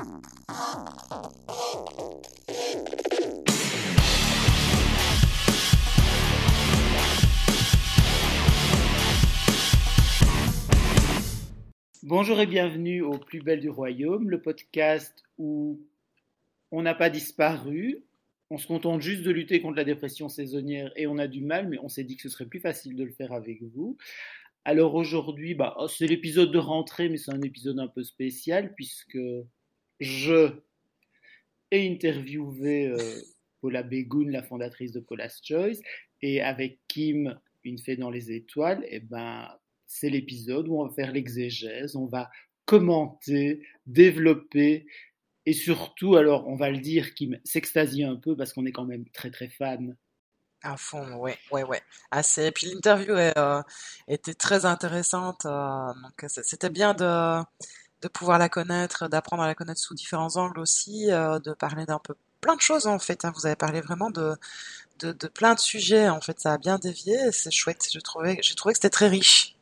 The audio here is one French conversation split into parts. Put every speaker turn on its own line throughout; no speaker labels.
Bonjour et bienvenue au Plus belle du royaume, le podcast où on n'a pas disparu, on se contente juste de lutter contre la dépression saisonnière et on a du mal, mais on s'est dit que ce serait plus facile de le faire avec vous. Alors aujourd'hui, c'est l'épisode de rentrée, mais c'est un épisode un peu spécial puisque je ai interviewé Paula Begoun, la fondatrice de Paula's Choice, et avec Kim, une fée dans les étoiles, c'est l'épisode où on va faire l'exégèse, on va commenter, développer, et surtout, alors on va le dire, Kim s'extasie un peu parce qu'on est quand même très très fan.
À fond, ouais, ouais, ouais. Assez. Puis l'interview était très intéressante. Donc c'était bien de pouvoir la connaître, d'apprendre à la connaître sous différents angles aussi, de parler d'un peu plein de choses en fait, hein. Vous avez parlé vraiment de plein de sujets. En fait, ça a bien dévié. Et c'est chouette. J'ai trouvé que c'était très riche.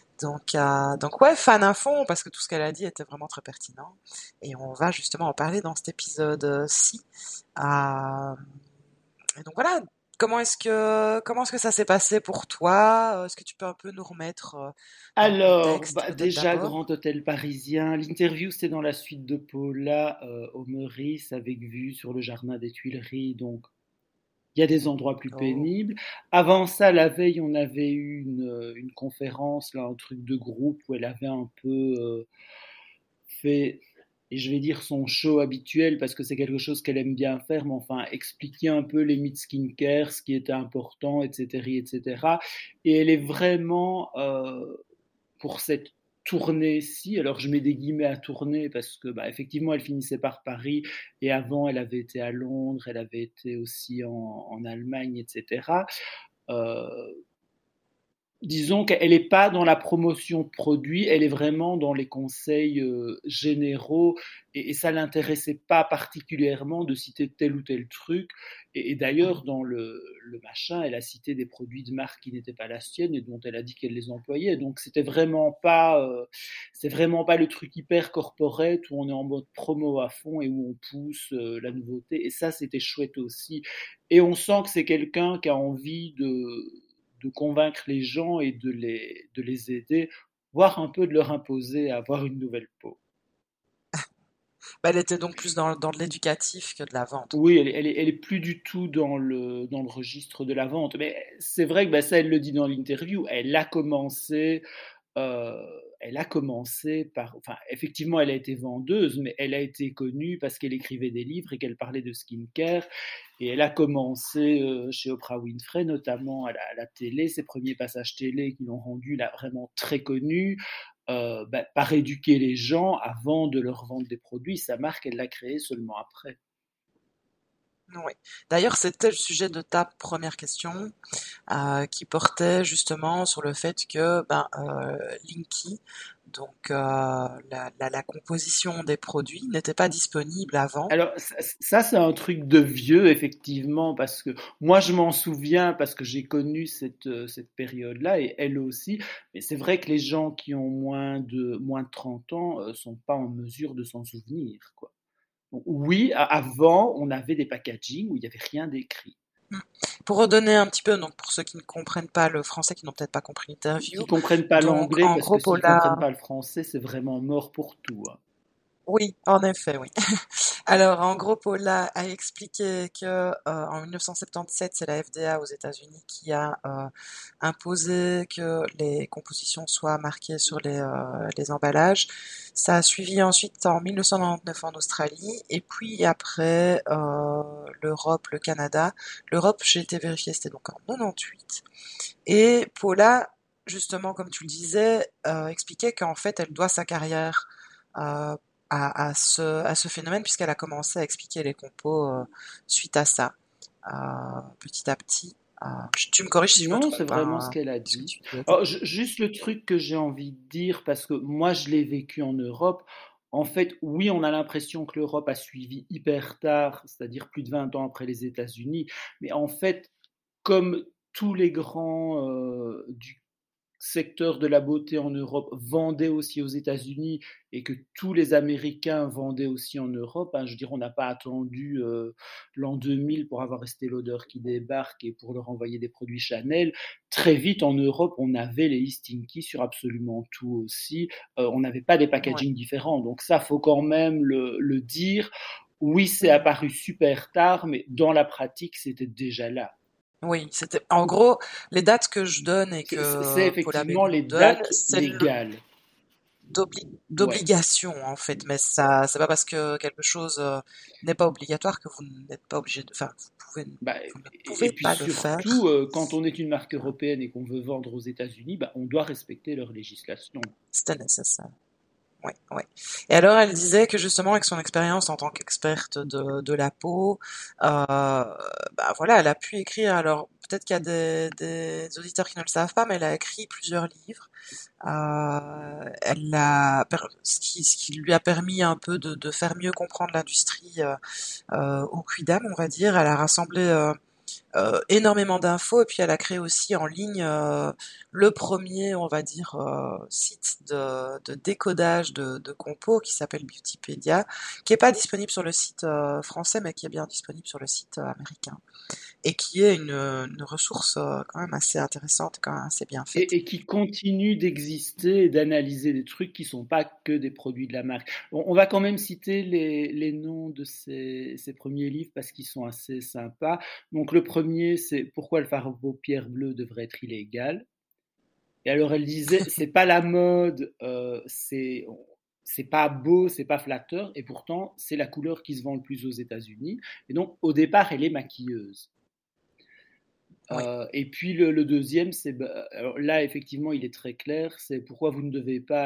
Donc ouais, fan à fond parce que tout ce qu'elle a dit était vraiment très pertinent. Et on va justement en parler dans cet épisode-ci. Euh, et donc voilà, comment est-ce que ça s'est passé pour toi? Est-ce que tu peux un peu nous remettre dans le
Alors,
contexte peut-être
déjà,
d'abord?
Grand Hôtel Parisien. L'interview, c'était dans la suite de Paula au Meurice, avec vue sur le jardin des Tuileries. Donc, il y a des endroits plus
Oh.
pénibles. Avant ça, la veille, on avait eu une conférence, là, un truc de groupe où elle avait un peu fait, et je vais dire son show habituel parce que c'est quelque chose qu'elle aime bien faire, mais enfin, expliquer un peu les mythes skincare, ce qui était important, etc., etc. Et elle est vraiment pour cette tournée-ci, alors je mets des guillemets à tourner parce que effectivement elle finissait par Paris et avant elle avait été à Londres, elle avait été aussi en Allemagne, etc. Euh, Disons qu'elle n'est pas dans la promotion de produits, elle est vraiment dans les conseils généraux et ça l'intéressait pas particulièrement de citer tel ou tel truc. Et d'ailleurs, dans le machin, elle a cité des produits de marque qui n'étaient pas la sienne et dont elle a dit qu'elle les employait. Donc c'est vraiment pas le truc hyper corporate où on est en mode promo à fond et où on pousse la nouveauté. Et ça, c'était chouette aussi. Et on sent que c'est quelqu'un qui a envie de convaincre les gens et de les aider, voire un peu de leur imposer à avoir une nouvelle peau.
Bah, elle était donc plus dans de l'éducatif que de la vente,
Oui,
quoi.
elle est plus du tout dans le registre de la vente. Mais c'est vrai que ça, elle le dit dans l'interview. Euh, elle a commencé par, enfin, effectivement, elle a été vendeuse, mais elle a été connue parce qu'elle écrivait des livres et qu'elle parlait de skincare. Et elle a commencé chez Oprah Winfrey, notamment à la télé, ses premiers passages télé qui l'ont rendue là vraiment très connue, par éduquer les gens avant de leur vendre des produits. Sa marque, elle l'a créée seulement après.
Oui. D'ailleurs, c'était le sujet de ta première question, qui portait justement sur le fait que Linky, donc la composition des produits, n'était pas disponible avant.
Alors ça, c'est un truc de vieux, effectivement, parce que moi je m'en souviens parce que j'ai connu cette période-là et elle aussi. Mais c'est vrai que les gens qui ont moins de 30 ans sont pas en mesure de s'en souvenir, quoi. Donc, oui, avant, on avait des packaging où il n'y avait rien d'écrit.
Mm. Pour redonner un petit peu, donc pour ceux qui ne comprennent pas le français, qui n'ont peut-être pas compris
Qui
l'interview,
comprennent pas
donc
l'anglais,
en
parce que
gros
s'ils
Paula,
comprennent pas le français, c'est vraiment mort pour tout, hein.
oui, en effet, oui. Alors, en gros, Paula a expliqué que en 1977, c'est la FDA aux États-Unis qui a imposé que les compositions soient marquées sur les emballages. Ça a suivi ensuite en 1999 en Australie, et puis après l'Europe, le Canada. L'Europe, j'ai été vérifier, c'était donc en 98. Et Paula, justement, comme tu le disais, expliquait qu'en fait, elle doit sa carrière euh, à ce phénomène, puisqu'elle a commencé à expliquer les compos suite à ça, petit à petit. Tu me corriges si je me
Non, c'est
trompe,
vraiment ce
hein,
qu'elle a
ce que
dit.
tu lui as dit.
Alors, juste le truc que j'ai envie de dire, parce que moi je l'ai vécu en Europe, en fait, oui, on a l'impression que l'Europe a suivi hyper tard, c'est-à-dire plus de 20 ans après les États-Unis, mais en fait, comme tous les grands du secteur de la beauté en Europe vendait aussi aux États-Unis et que tous les Américains vendaient aussi en Europe, hein, je veux dire, on n'a pas attendu l'an 2000 pour avoir Estée Lauder qui débarque et pour leur envoyer des produits Chanel. Très vite en Europe, on avait les Stinky sur absolument tout aussi. On n'avait pas des
Ouais.
packaging différents. Donc ça, faut quand même le dire. Oui, c'est
Mhm.
apparu super tard, mais dans la pratique, c'était déjà là.
Oui, c'était en gros les dates que je donne et
C'est
que Paula
effectivement les
Belloul donne,
dates
c'est
légales. Ouais.
d'obligation en fait, mais ça, c'est pas parce que quelque chose n'est pas obligatoire que vous n'êtes pas obligé de, enfin,
Bah,
vous ne
et
pouvez
puis
pas le faire.
surtout, quand on est une marque européenne et qu'on veut vendre aux États-Unis, bah, on doit respecter leur législation.
C'était nécessaire. Oui, oui. Et alors, elle disait que justement, avec son expérience en tant qu'experte de la peau, bah voilà, elle a pu écrire. Alors, peut-être qu'il y a des auditeurs qui ne le savent pas, mais elle a écrit plusieurs livres. Ce qui lui a permis un peu de faire mieux comprendre l'industrie au Quidam, on va dire. Elle a rassemblé énormément d'infos et puis elle a créé aussi en ligne le premier, on va dire, site de décodage de compos qui s'appelle Beautypedia, qui est pas disponible sur le site français mais qui est bien disponible sur le site américain et qui est une ressource quand même assez intéressante, quand même assez bien faite.
Et qui continue d'exister et d'analyser des trucs qui ne sont pas que des produits de la marque. On va quand même citer les noms de ces premiers livres parce qu'ils sont assez sympas. Donc le premier, c'est Pourquoi le fard à paupières bleu devrait être illégal. Et alors elle disait, c'est pas la mode, c'est pas beau, c'est pas flatteur, et pourtant c'est la couleur qui se vend le plus aux États-Unis. Et donc au départ, elle est maquilleuse.
Oui,
Et puis le deuxième, c'est alors là effectivement, il est très clair, c'est pourquoi vous ne devez pas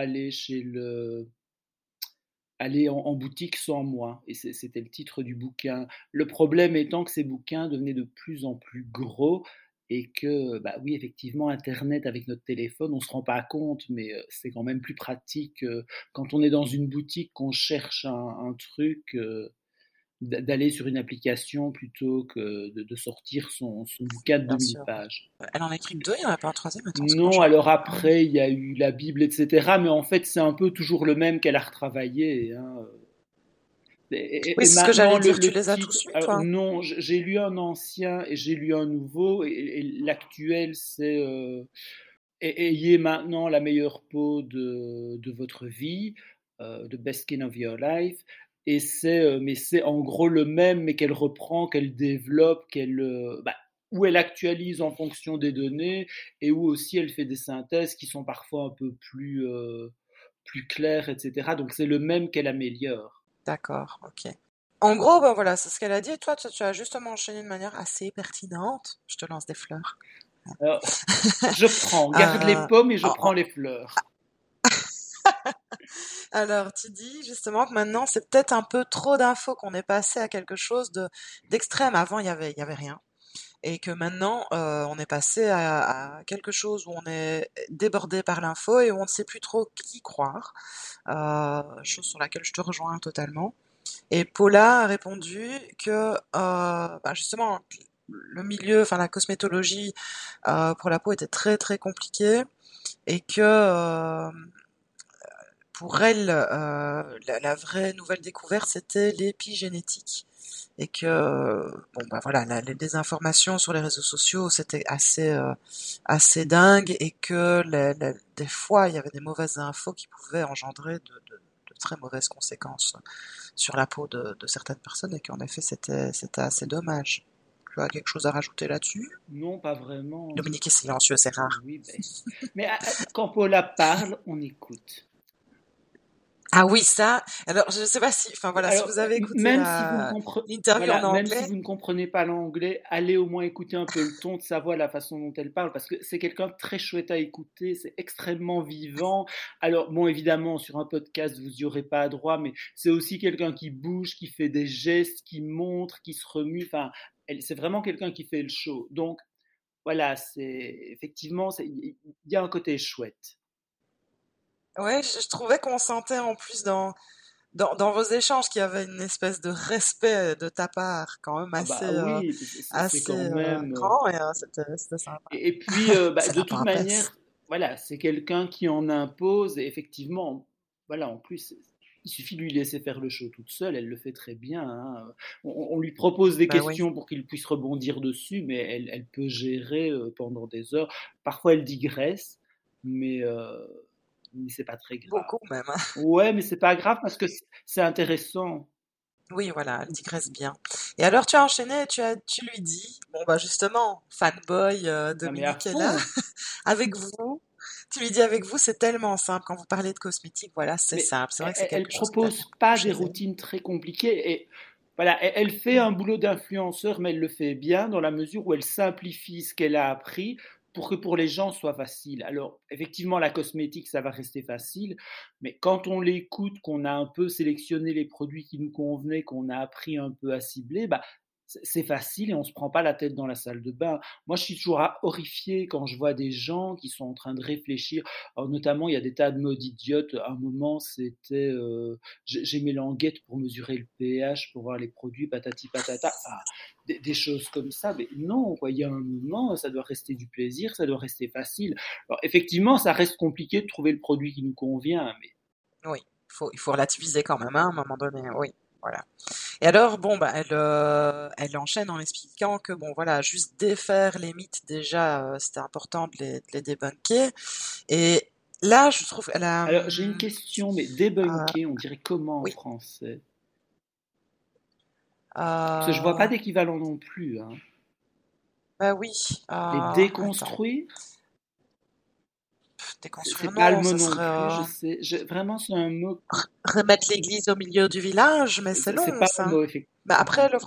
aller en boutique sans moi. Et c'était le titre du bouquin. Le problème étant que ces bouquins devenaient de plus en plus gros et que, bah oui, effectivement, Internet avec notre téléphone, on ne se rend pas compte, mais c'est quand même plus pratique quand on est dans une boutique, qu'on cherche un truc, d'aller sur une application plutôt que de sortir son bouquin de
bien
2000
sûr. Oui.
pages.
Elle en a écrit que deux, il n'y en a pas un troisième, attends, c'est quand
Non,
j'ai...
alors
Ah oui.
après, il y a eu la Bible, etc. Mais en fait, c'est un peu toujours le même qu'elle a retravaillé, hein.
Oui,
Et
c'est ce que
maintenant,
j'allais dire, tu
le
les as
titre,
tous lus,
alors
toi?
non, j'ai lu un ancien et j'ai lu un nouveau, et l'actuel, c'est Ayez maintenant la meilleure peau de votre vie, The Best Skin of Your Life. Et mais c'est en gros le même, mais qu'elle reprend, qu'elle développe, où elle actualise en fonction des données et où aussi elle fait des synthèses qui sont parfois un peu plus claires, etc. Donc c'est le même qu'elle améliore.
D'accord, ok. En gros, ben voilà, c'est ce qu'elle a dit. Et toi, tu as justement enchaîné de manière assez pertinente. Je te lance des fleurs.
Alors, je prends, garde les
Euh,
pommes et je
en-
prends
en-
les fleurs.
alors, tu dis justement que maintenant, c'est peut-être un peu trop d'infos, qu'on est passé à quelque chose d'extrême. Avant, il y avait rien. Et que maintenant, on est passé à quelque chose où on est débordé par l'info et où on ne sait plus trop qui croire. Chose sur laquelle je te rejoins totalement. Et Paula a répondu que bah justement le milieu, enfin la cosmétologie pour la peau était très très compliqué et que pour elle la vraie nouvelle découverte c'était l'épigénétique et que bon bah voilà les désinformations sur les réseaux sociaux c'était assez dingue et que des fois il y avait des mauvaises infos qui pouvaient engendrer de très mauvaises conséquences sur la peau de certaines personnes et qu'en effet c'était assez dommage. Tu as quelque chose à rajouter là-dessus?
Non, pas vraiment.
Dominique est silencieux, c'est rare.
Oui, ben. Mais quand Paula parle, on écoute.
Ah oui, ça. Alors je sais pas si, enfin voilà, si
Alors,
vous avez écouté
même si vous ne
l'interview en
voilà, même si
anglais,
vous ne comprenez pas l'anglais, allez au moins écouter un peu le ton de sa voix, la façon dont elle parle, parce que c'est quelqu'un de très chouette à écouter, c'est extrêmement vivant. Alors, bon, évidemment, sur un podcast, vous n'y aurez pas droit, mais c'est aussi quelqu'un qui bouge, qui fait des gestes, qui montre, qui se remue. Enfin, c'est vraiment quelqu'un qui fait le show. Donc, voilà, effectivement, il y a un côté chouette.
ouais, je trouvais qu'on sentait en plus dans vos échanges qu'il y avait une espèce de respect de ta part, quand même
Ah bah oui, c'est
assez
quand même.
grand et c'était sympa.
Et puis,
C'est
de
la
toute manière,
papesse.
voilà, c'est quelqu'un qui en impose et effectivement, voilà, en plus, il suffit de lui laisser faire le show toute seule, elle le fait très bien, hein. On lui propose des
Bah oui,
questions pour qu'il puisse rebondir dessus, mais elle peut gérer pendant des heures. Parfois, elle digresse, mais, euh, mais c'est pas très grave.
beaucoup même, hein.
Ouais, mais c'est pas grave parce que c'est intéressant.
Oui, voilà, elle digresse bien. Et alors, tu as enchaîné, tu lui dis, bon bah justement, fanboy
Ah, mais à
Dominique est là,
fond.
avec vous. Tu lui dis avec vous, c'est tellement simple. Quand vous parlez de cosmétiques, voilà, c'est
Mais
simple. C'est vrai que c'est
elle
quelque chose qui va
propose
faire beaucoup
pas
chez
des
elle.
routines très compliquées et voilà, elle fait
Mm.
un boulot d'influenceur, mais elle le fait bien dans la mesure où elle simplifie ce qu'elle a appris pour que pour les gens soit facile. Alors, effectivement, la cosmétique, ça va rester facile, mais quand on l'écoute, qu'on a un peu sélectionné les produits qui nous convenaient, qu'on a appris un peu à cibler, bah, c'est facile et on se prend pas la tête dans la salle de bain. Moi, je suis toujours horrifié quand je vois des gens qui sont en train de réfléchir. Alors, notamment, il y a des tas de modes idiotes. À un moment, c'était j'ai mes languettes pour mesurer le pH, pour voir les produits, patati patata. Enfin, des choses comme ça. Mais non, quoi. Il y a un moment, ça doit rester du plaisir, ça doit rester facile. Alors, effectivement, ça reste compliqué de trouver le produit qui nous convient, mais
Oui, il faut relativiser quand même, hein, à un moment donné. Oui, voilà. Et alors, bon, bah, elle enchaîne en expliquant que, bon, voilà, juste défaire les mythes, déjà, c'était important de les débunker. Et là, je trouve, elle a,
alors j'ai une question, mais
euh,
débunker, on dirait comment en
oui,
français? Parce que je vois pas
euh,
d'équivalent non plus, hein.
bah oui,
Les
attends,
déconstruire? C'est
déconstruire,
pas le
non,
mot
ça
non
serait
plus, je sais. Vraiment, c'est un mot.
remettre l'église au milieu du village, mais c'est
C'est
long,
pas le
ça.
mot,
Bah après,
effectivement.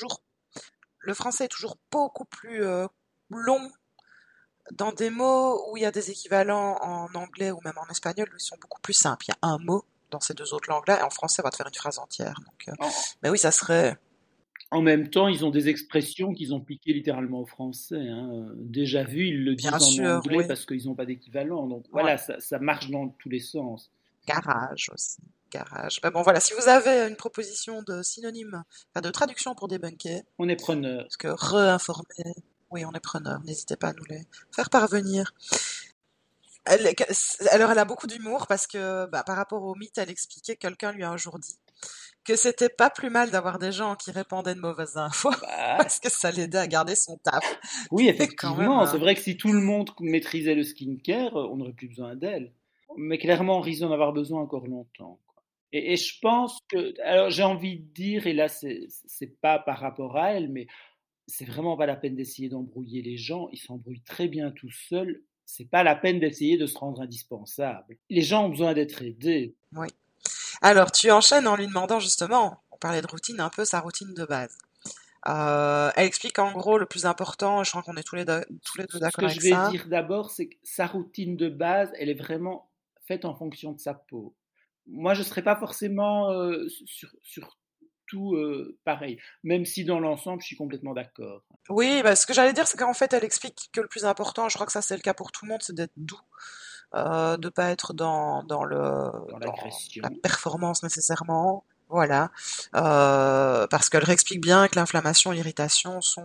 le français est toujours beaucoup plus long dans des mots où il y a des équivalents en anglais ou même en espagnol, ils sont beaucoup plus simples. Il y a un mot dans ces deux autres langues-là, et en français, on va te faire une phrase entière. Donc,
En,
mais oui, ça serait
en même temps, ils ont des expressions qu'ils ont piquées littéralement au français, hein. Déjà vu, ils le
bien
disent en
sûr,
anglais
oui,
parce qu'ils n'ont pas d'équivalent. Donc
ouais,
voilà, ça marche dans tous les sens.
garage aussi, garage. Mais bon, voilà, si vous avez une proposition de synonyme, enfin de traduction pour débunker,
On est preneur.
parce que réinformer, oui, on est preneur, n'hésitez pas à nous les faire parvenir. Elle, alors, elle a beaucoup d'humour parce que, bah, par rapport au mythe, elle expliquait que quelqu'un lui a un jour dit que c'était pas plus mal d'avoir des gens qui répandaient de mauvaises infos
Bah,
parce que ça l'aidait à garder son taf.
oui,
C'est quand même.
effectivement. C'est vrai que si tout le monde maîtrisait le skincare, on n'aurait plus besoin d'elle. Mais clairement, on risque d'en avoir besoin encore longtemps, quoi. Et je pense que, alors j'ai envie de dire, et là c'est pas par rapport à elle, mais c'est vraiment pas la peine d'essayer d'embrouiller les gens. Ils s'embrouillent très bien tout seuls. C'est pas la peine d'essayer de se rendre indispensable. Les gens ont besoin d'être aidés.
Oui. Alors, tu enchaînes en lui demandant justement, on parlait de routine, un peu sa routine de base. Elle explique en gros le plus important, je crois qu'on est tous les deux
Ce
d'accord
que je
avec
vais
ça.
dire d'abord, c'est que sa routine de base, elle est vraiment faite en fonction de sa peau. Moi, je ne serais pas forcément sur tout pareil, même si dans l'ensemble, je suis complètement d'accord.
Oui, bah, ce que j'allais dire, c'est qu'en fait, elle explique que le plus important, je crois que ça c'est le cas pour tout le monde, c'est d'être doux, de pas être
Dans
dans la
l'agression.
performance nécessairement. Voilà. Parce qu'elle réexplique bien que l'inflammation et l'irritation sont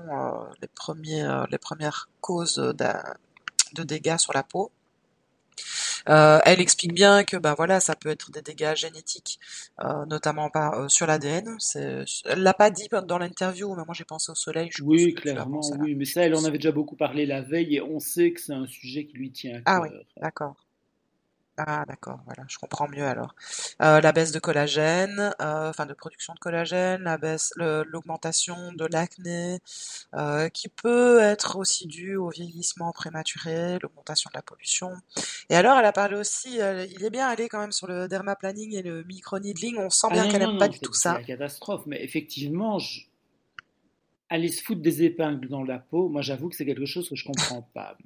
les premières causes de dégâts sur la peau. Elle explique bien que ben voilà, ça peut être des dégâts génétiques, notamment sur l'ADN. Elle l'a pas dit dans l'interview, mais moi j'ai pensé au soleil. Je suppose
Oui,
que tu as
clairement,
pensé à la
oui.
même
Mais ça, elle en
chose.
avait déjà beaucoup parlé la veille et on sait que c'est un sujet qui lui tient à
Ah oui,
cœur.
d'accord. Ah d'accord, voilà, je comprends mieux alors. La baisse de collagène, enfin de production de collagène, l'augmentation de l'acné, qui peut être aussi due au vieillissement prématuré, l'augmentation de la pollution. Et alors, elle a parlé aussi, il est bien allé quand même sur le dermaplaning et le microneedling, on sent
Ah
bien
non,
qu'elle
non,
aime pas
non,
du tout
c'est
ça.
la catastrophe. Mais effectivement, aller se foutre des épingles dans la peau, moi j'avoue que c'est quelque chose que je comprends pas.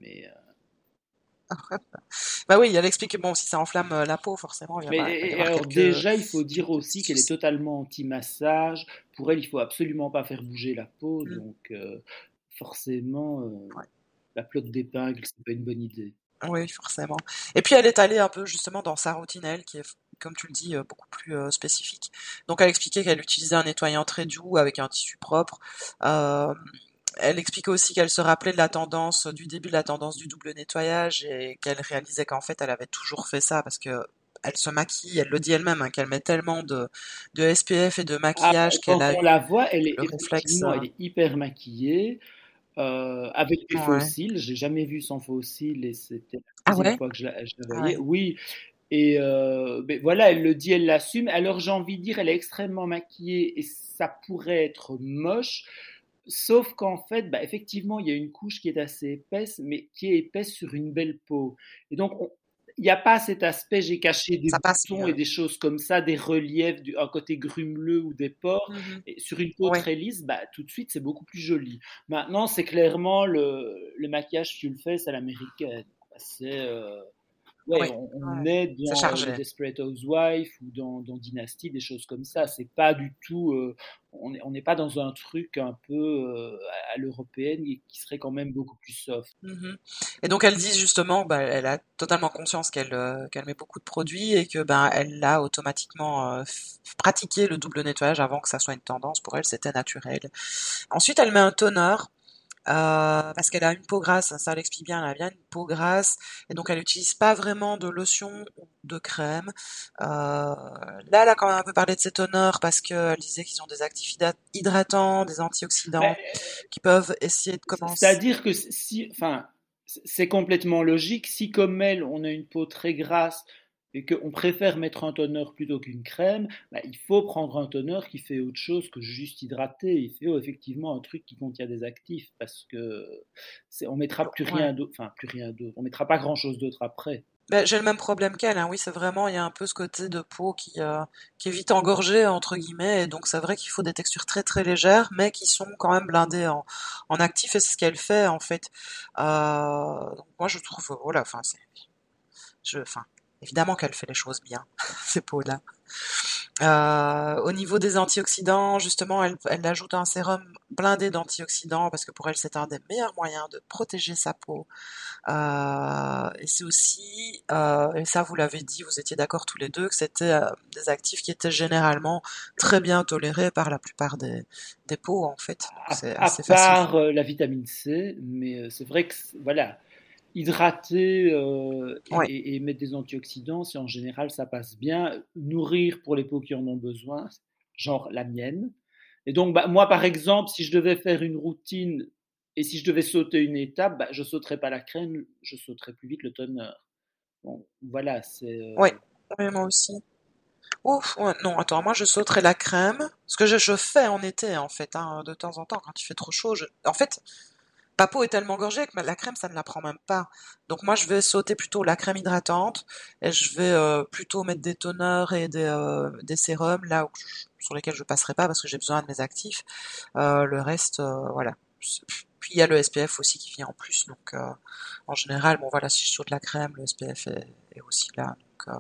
Bah oui, elle explique que bon, si ça enflamme la peau, forcément, il va y
Et
avoir
alors
quelques,
déjà, il faut dire
quelques petits
aussi qu'elle est
soucis.
totalement anti-massage. Pour elle, il faut absolument pas faire bouger la peau.
Mm,
Donc forcément,
ouais.
la pelote d'épingle, c'est pas une bonne idée.
Oui, forcément. Et puis elle est allée un peu justement dans sa routine, elle, qui est, comme tu le dis, beaucoup plus spécifique. Donc elle expliquait qu'elle utilisait un nettoyant très doux avec un tissu propre. Euh, Elle expliquait aussi qu'elle se rappelait de la tendance, du début de la tendance du double nettoyage et qu'elle réalisait qu'en fait, elle avait toujours fait ça parce que elle se maquille, elle le dit elle-même, hein, qu'elle met tellement de SPF et de
Ah,
maquillage qu'elle
quand
a
on
eu
la voit, elle est
le réflexe.
effectivement, elle est hyper maquillée, avec des faux
Ouais.
cils. J'ai jamais vu sans faux cils et c'était la
Ah
deuxième
ouais?
fois que je la
Ah
voyais.
ouais.
Oui, et ben voilà, elle le dit, elle l'assume. Alors j'ai envie de dire, elle est extrêmement maquillée et ça pourrait être moche. Sauf qu'en fait, bah, effectivement, il y a une couche qui est assez épaisse, mais qui est épaisse sur une belle peau. Et donc, il n'y a pas cet aspect, j'ai caché des
Ça passe
boutons et
mieux.
des choses comme ça, des reliefs, un côté grumeleux ou des pores.
Mhm.
Et sur une peau
Ouais.
très lisse, bah, tout de suite, c'est beaucoup plus joli. Maintenant, c'est clairement le maquillage full face à l'américaine. C'est ouais,
Ouais.
on
Ouais.
est
C'est
dans les
chargé.
Desperate Housewives ou dans Dynasty, des choses comme ça. C'est pas du tout, on n'est pas dans un truc un peu à l'européenne et qui serait quand même beaucoup plus soft.
Mhm. Et donc elle dit justement, bah, elle a totalement conscience qu'elle met beaucoup de produits et que ben elle a automatiquement pratiqué le double nettoyage avant que ça soit une tendance. Pour elle, c'était naturel. Ensuite, elle met un toner. Parce qu'elle a une peau grasse, ça elle explique bien, elle a bien une peau grasse, et donc elle n'utilise pas vraiment de lotion ou de crème. Là, elle a quand même un peu parlé de ses toners parce qu'elle disait qu'ils ont des actifs hydratants, des
Ben,
antioxydants, qui peuvent essayer de commencer.
c'est-à-dire que si, enfin, c'est complètement logique. Si comme elle, on a une peau très grasse et qu'on préfère mettre un toner plutôt qu'une crème, bah, il faut prendre un toner qui fait autre chose que juste hydrater. Il faut effectivement un truc qui contient des actifs parce que on mettra plus
Ouais.
rien d'autre, enfin plus rien d'autre. On mettra pas grand-chose d'autre après.
Ben, j'ai le même problème qu'elle, hein. Oui, c'est vraiment, il y a un peu ce côté de peau qui est vite engorgé, entre guillemets, et donc c'est vrai qu'il faut des textures très très légères, mais qui sont quand même blindées en actifs, et c'est ce qu'elle fait, en fait. Donc moi, je trouve, voilà, enfin, enfin, évidemment qu'elle fait les choses bien, ces peaux-là. Au niveau des antioxydants, justement, elle ajoute un sérum blindé d'antioxydants, parce que pour elle, c'est un des meilleurs moyens de protéger sa peau. Et c'est aussi, et ça vous l'avez dit, vous étiez d'accord tous les deux, que c'était des actifs qui étaient généralement très bien tolérés par la plupart des peaux, en fait. Donc c'est
À
assez facile.
part la vitamine C, mais c'est vrai que voilà, hydrater
Ouais,
et mettre des antioxydants, si en général ça passe bien. Nourrir pour les peaux qui en ont besoin, genre la mienne. Et donc, bah, moi, par exemple, si je devais faire une routine et si je devais sauter une étape, bah, je sauterais pas la crème, je sauterais plus vite le toner. Bon, voilà, c'est.
ouais, ouais, moi aussi. Ouf, ouais, non, attends, moi je sauterais la crème. Ce que je fais en été, en fait, hein, de temps en temps, quand il fait trop chaud. En fait, ma peau est tellement gorgée que la crème, ça ne la prend même pas. Donc moi, je vais sauter plutôt la crème hydratante et je vais plutôt mettre des toners et des sérums là sur lesquels je passerai pas parce que j'ai besoin de mes actifs. Le reste, voilà. Puis il y a le SPF aussi qui vient en plus. Donc en général, bon voilà, si je saute la crème, le SPF est aussi là.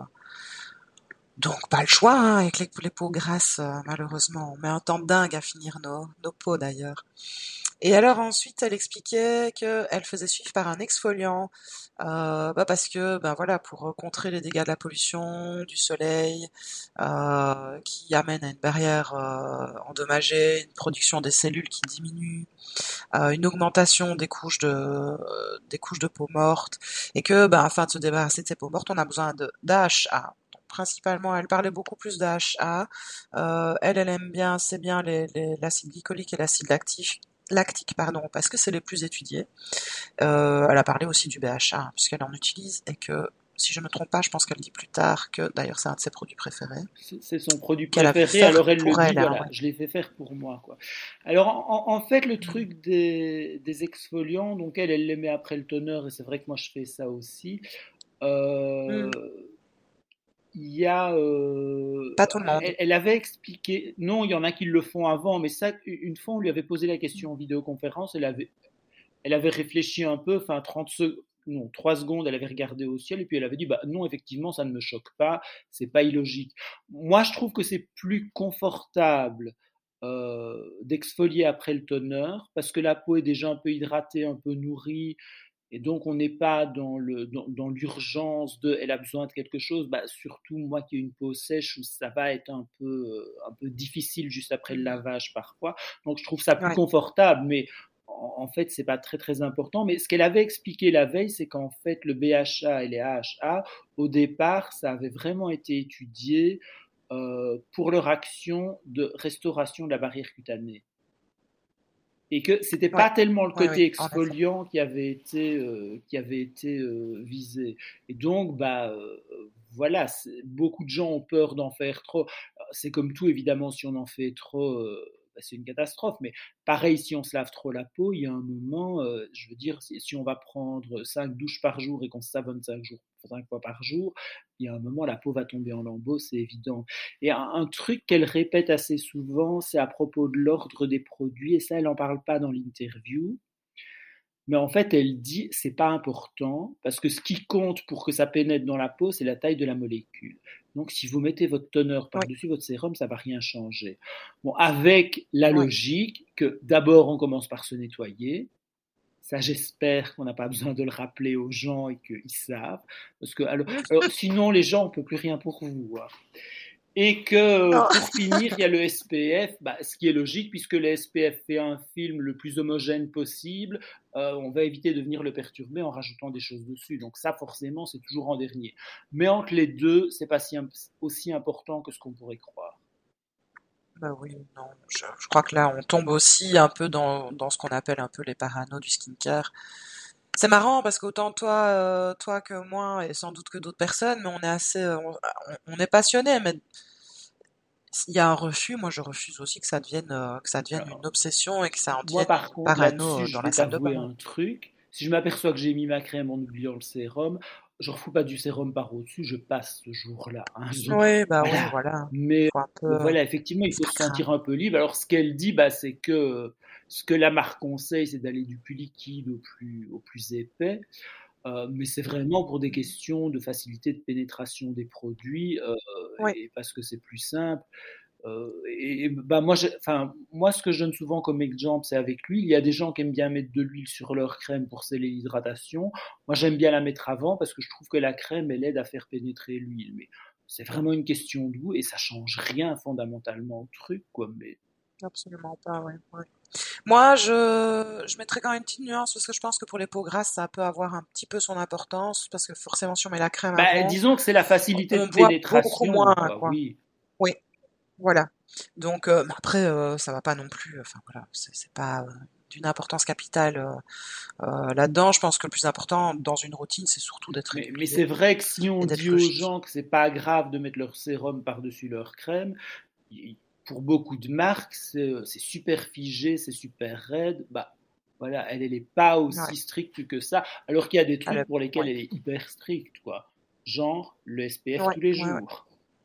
Donc pas le choix, hein, avec les peaux grasses, malheureusement. On met un temps de dingue à finir nos peaux d'ailleurs. Et alors ensuite, elle expliquait qu'elle faisait suivre par un exfoliant, bah parce que, ben voilà, pour contrer les dégâts de la pollution, du soleil, qui amène à une barrière endommagée, une production des cellules qui diminue, une augmentation des couches de peau morte, et que, ben, afin de se débarrasser de ces peaux mortes, on a besoin de d'AHA. Donc, principalement, elle parlait beaucoup plus d'AHA. Elle aime bien, c'est bien l'acide glycolique et l'acide lactique, pardon, parce que c'est les plus étudiés. Elle a parlé aussi du BHA, hein, puisqu'elle en utilise, et que, si je ne me trompe pas, je pense qu'elle dit plus tard que, d'ailleurs, c'est un de ses produits préférés,
C'est son produit
qu'elle a fait
préféré,
faire
alors elle le
pour
dit,
elle, hein,
voilà,
ouais.
je l'ai fait faire pour moi, quoi. Alors en fait, le
Mhm.
truc des exfoliants, donc elle les met après le toner, et c'est vrai que moi je fais ça aussi.
Mhm.
Euh, il y a,
Pas tout le monde.
elle avait expliqué, non, il y en a qui le font avant, mais ça, une fois on lui avait posé la question en vidéoconférence, elle avait réfléchi un peu, enfin 30 secondes, non, 3 secondes, elle avait regardé au ciel et puis elle avait dit bah non, effectivement, ça ne me choque pas, c'est pas illogique. Moi, je trouve que c'est plus confortable d'exfolier après le toner parce que la peau est déjà un peu hydratée, un peu nourrie et donc on n'est pas dans l'urgence de elle a besoin de quelque chose. Bah, surtout moi qui ai une peau sèche où ça va être un peu difficile juste après le
Mhm.
lavage parfois. Donc je trouve ça plus
Ouais.
confortable, mais en fait, c'est pas très très important. Mais ce qu'elle avait expliqué la veille, c'est qu'en fait, le BHA et les AHA, au départ, ça avait vraiment été étudié pour leur action de restauration de la barrière cutanée. Et que c'était
Ouais,
pas tellement le
ouais, oui,
côté
en effet.
exfoliant qui avait été visé. Et donc, voilà, beaucoup de gens ont peur d'en faire trop. C'est comme tout, évidemment, si on en fait trop, c'est une catastrophe. Mais pareil, si on se lave trop la peau, il y a un moment, je veux dire, si on va prendre 5 douches par jour et qu'on se savonne 5 fois par jour, il y a un moment, la peau va tomber en lambeaux, c'est évident. Et un truc qu'elle répète assez souvent, c'est à propos de l'ordre des produits, et ça, elle n'en parle pas dans l'interview. Mais en fait, elle dit c'est pas important parce que ce qui compte pour que ça pénètre dans la peau, c'est la taille de la molécule. Donc, si vous mettez votre toner
Oui,
par-dessus votre sérum, ça va rien changer. Bon, avec la
oui.
logique que d'abord on commence par se nettoyer. Ça, j'espère qu'on n'a pas besoin de le rappeler aux gens et qu'ils savent. Parce que, alors, sinon, les gens, on ne peut plus rien pour vous, hein. Et que
Non.
pour finir, il y a le SPF, ce qui est logique puisque le SPF fait un film le plus homogène possible. On va éviter de venir le perturber en rajoutant des choses dessus. Donc ça, forcément, c'est toujours en dernier. Mais entre les deux, c'est pas aussi important que ce qu'on pourrait croire.
Bah oui, non. Je crois que là, on tombe aussi un peu dans ce qu'on appelle un peu les parano du skincare. C'est marrant parce qu'autant toi que moi, et sans doute que d'autres personnes, mais on est assez, on est passionné, mais s'il y a un refus, moi je refuse aussi que ça devienne une
Alors,
obsession et que ça en
moi,
devienne
par
une
contre,
parano
là-dessus,
dans
je
la
vais
salle de
t'avouer
bain.
un truc. Si je m'aperçois que j'ai mis ma crème en oubliant le sérum, je ne refous pas du sérum par au-dessus, je passe ce jour-là, hein.
Oui, bah oui,
Voilà.
voilà.
Mais
Faut un peu,
voilà, effectivement, il
c'est
faut
pas
se
grave.
sentir un peu libre. Alors, ce qu'elle dit, c'est que ce que la marque conseille, c'est d'aller du plus liquide au plus épais. Mais c'est vraiment pour des questions de facilité de pénétration des produits
Oui,
et parce que c'est plus simple. Moi, ce que je donne souvent comme exemple, c'est avec l'huile. Il y a des gens qui aiment bien mettre de l'huile sur leur crème pour sceller l'hydratation. Moi, j'aime bien la mettre avant parce que je trouve que la crème, elle aide à faire pénétrer l'huile. Mais c'est vraiment une question de goût et ça change rien fondamentalement au truc, quoi. Mais
absolument pas, ouais, ouais. Moi, je mettrais quand même une petite nuance parce que je pense que pour les peaux grasses, ça peut avoir un petit peu son importance parce que forcément, si on met la crème avant,
disons que c'est la facilité
on
de
voit beaucoup
pénétration,
moins,
quoi.
quoi.
Oui.
Oui, voilà. Donc, mais après, ça va pas non plus. Enfin voilà, c'est pas d'une importance capitale là-dedans. Je pense que le plus important dans une routine, c'est surtout d'être
Mais c'est
régulier
vrai que si on
et
dit
d'être
aux
logique.
gens que c'est pas grave de mettre leur sérum par-dessus leur crème, pour beaucoup de marques, c'est super figé, c'est super raide. Voilà, elle n'est pas
Ouais.
aussi stricte que ça, alors qu'il y a des trucs pour lesquels
Ouais.
elle est hyper stricte, quoi. Genre le SPF
Ouais.
tous les
Ouais.
jours.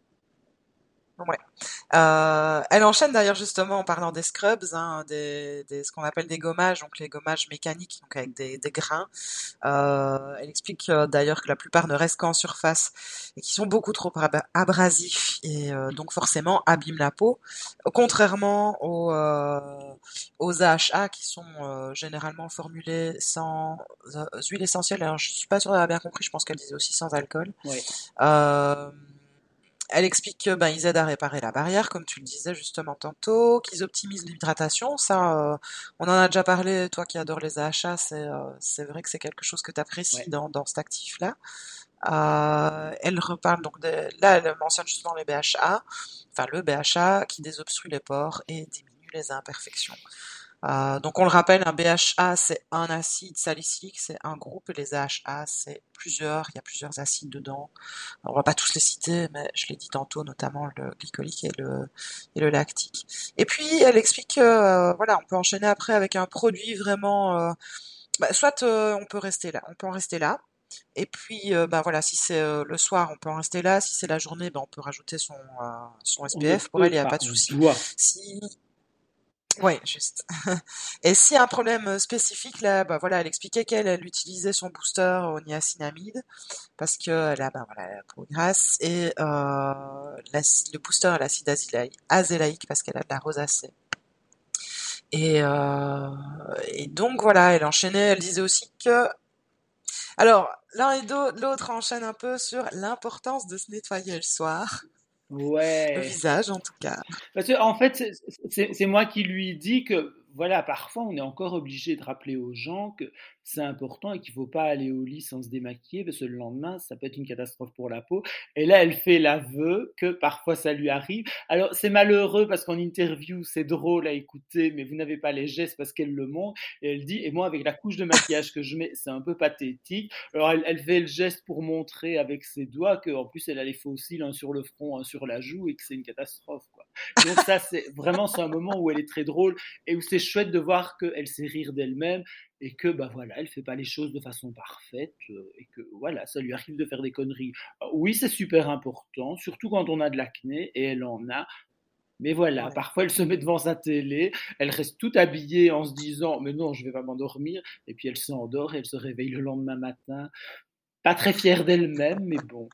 Ouais. Elle enchaîne d'ailleurs justement en parlant des scrubs, hein, ce qu'on appelle des gommages, donc les gommages mécaniques, donc avec des grains. Elle explique d'ailleurs que la plupart ne restent qu'en surface et qui sont beaucoup trop abrasifs et donc forcément abîment la peau, contrairement aux AHA qui sont généralement formulés sans huile essentielle. Alors je suis pas sûre d'avoir bien compris, je pense qu'elle disait aussi sans alcool.
Ouais.
Euh, Elle explique que ben ils aident à réparer la barrière, comme tu le disais justement tantôt, qu'ils optimisent l'hydratation. Ça, on en a déjà parlé. Toi qui adores les achats, c'est vrai que c'est quelque chose que tu apprécies
Ouais.
dans cet actif-là. Elle reparle donc là, elle mentionne justement les BHA, enfin le BHA qui désobstrue les pores et diminue les imperfections. Donc on le rappelle, un BHA c'est un acide salicylique, c'est un groupe, et les AHA c'est plusieurs, il y a plusieurs acides dedans. On va pas tous les citer, mais je l'ai dit tantôt, notamment le glycolique et le lactique. Et puis elle explique que voilà, on peut enchaîner après avec un produit vraiment, soit on peut rester là, on peut en rester là. Et puis, ben voilà, si c'est le soir, on peut en rester là. Si c'est la journée, ben on peut rajouter son
On ne
SPF. Pour elle, il
peut
n'y a pas
pas,
de
on
souci.
doit.
Si Ouais, juste. Et si un problème spécifique, là, bah voilà, elle expliquait elle utilisait son booster au niacinamide parce que elle a, bah voilà, la peau grasse et le booster à l'acide azélaïque parce qu'elle a de la rosacée. Et, euh, et donc voilà, elle enchaînait, elle disait aussi que, alors l'un et l'autre enchaîne un peu sur l'importance de se nettoyer le soir, le
Ouais.
visage en tout cas.
Parce que, en fait, c'est moi qui lui dis que voilà, parfois on est encore obligé de rappeler aux gens que c'est important et qu'il ne faut pas aller au lit sans se démaquiller parce que le lendemain, ça peut être une catastrophe pour la peau. Et là, elle fait l'aveu que parfois ça lui arrive. Alors, c'est malheureux parce qu'en interview, c'est drôle à écouter, mais vous n'avez pas les gestes parce qu'elle le montre. Et elle dit, et moi, avec la couche de maquillage que je mets, c'est un peu pathétique. Alors, elle fait le geste pour montrer avec ses doigts qu'en plus, elle a les fossiles, un sur le front, un sur la joue, et que c'est une catastrophe, quoi. Donc ça, c'est un moment où elle est très drôle et où c'est chouette de voir qu'elle sait rire d'elle-même et que bah voilà, elle fait pas les choses de façon parfaite et que voilà, ça lui arrive de faire des conneries. Oui, c'est super important, surtout quand on a de l'acné et elle en a. Mais voilà,
Ouais.
parfois elle se met devant sa télé, elle reste toute habillée en se disant mais non, je vais pas m'endormir et puis elle s'endort et elle se réveille le lendemain matin, pas très fière d'elle-même, mais bon.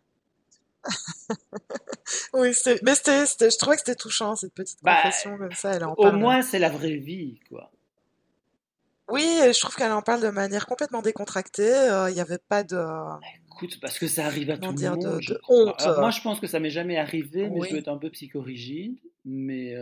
Oui, je trouvais que c'était touchant, cette petite
Bah
confession comme ça, elle en
au
parle.
moins c'est la vraie vie quoi.
Oui, et je trouve qu'elle en parle de manière complètement décontractée. Il n'y avait pas de,
Écoute, parce que ça arrive à
comment
tout le
dire,
monde, je
de
crois.
honte.
Alors moi, je pense que ça m'est jamais arrivé, mais je dois
Oui.
être un peu psychorigide. Mais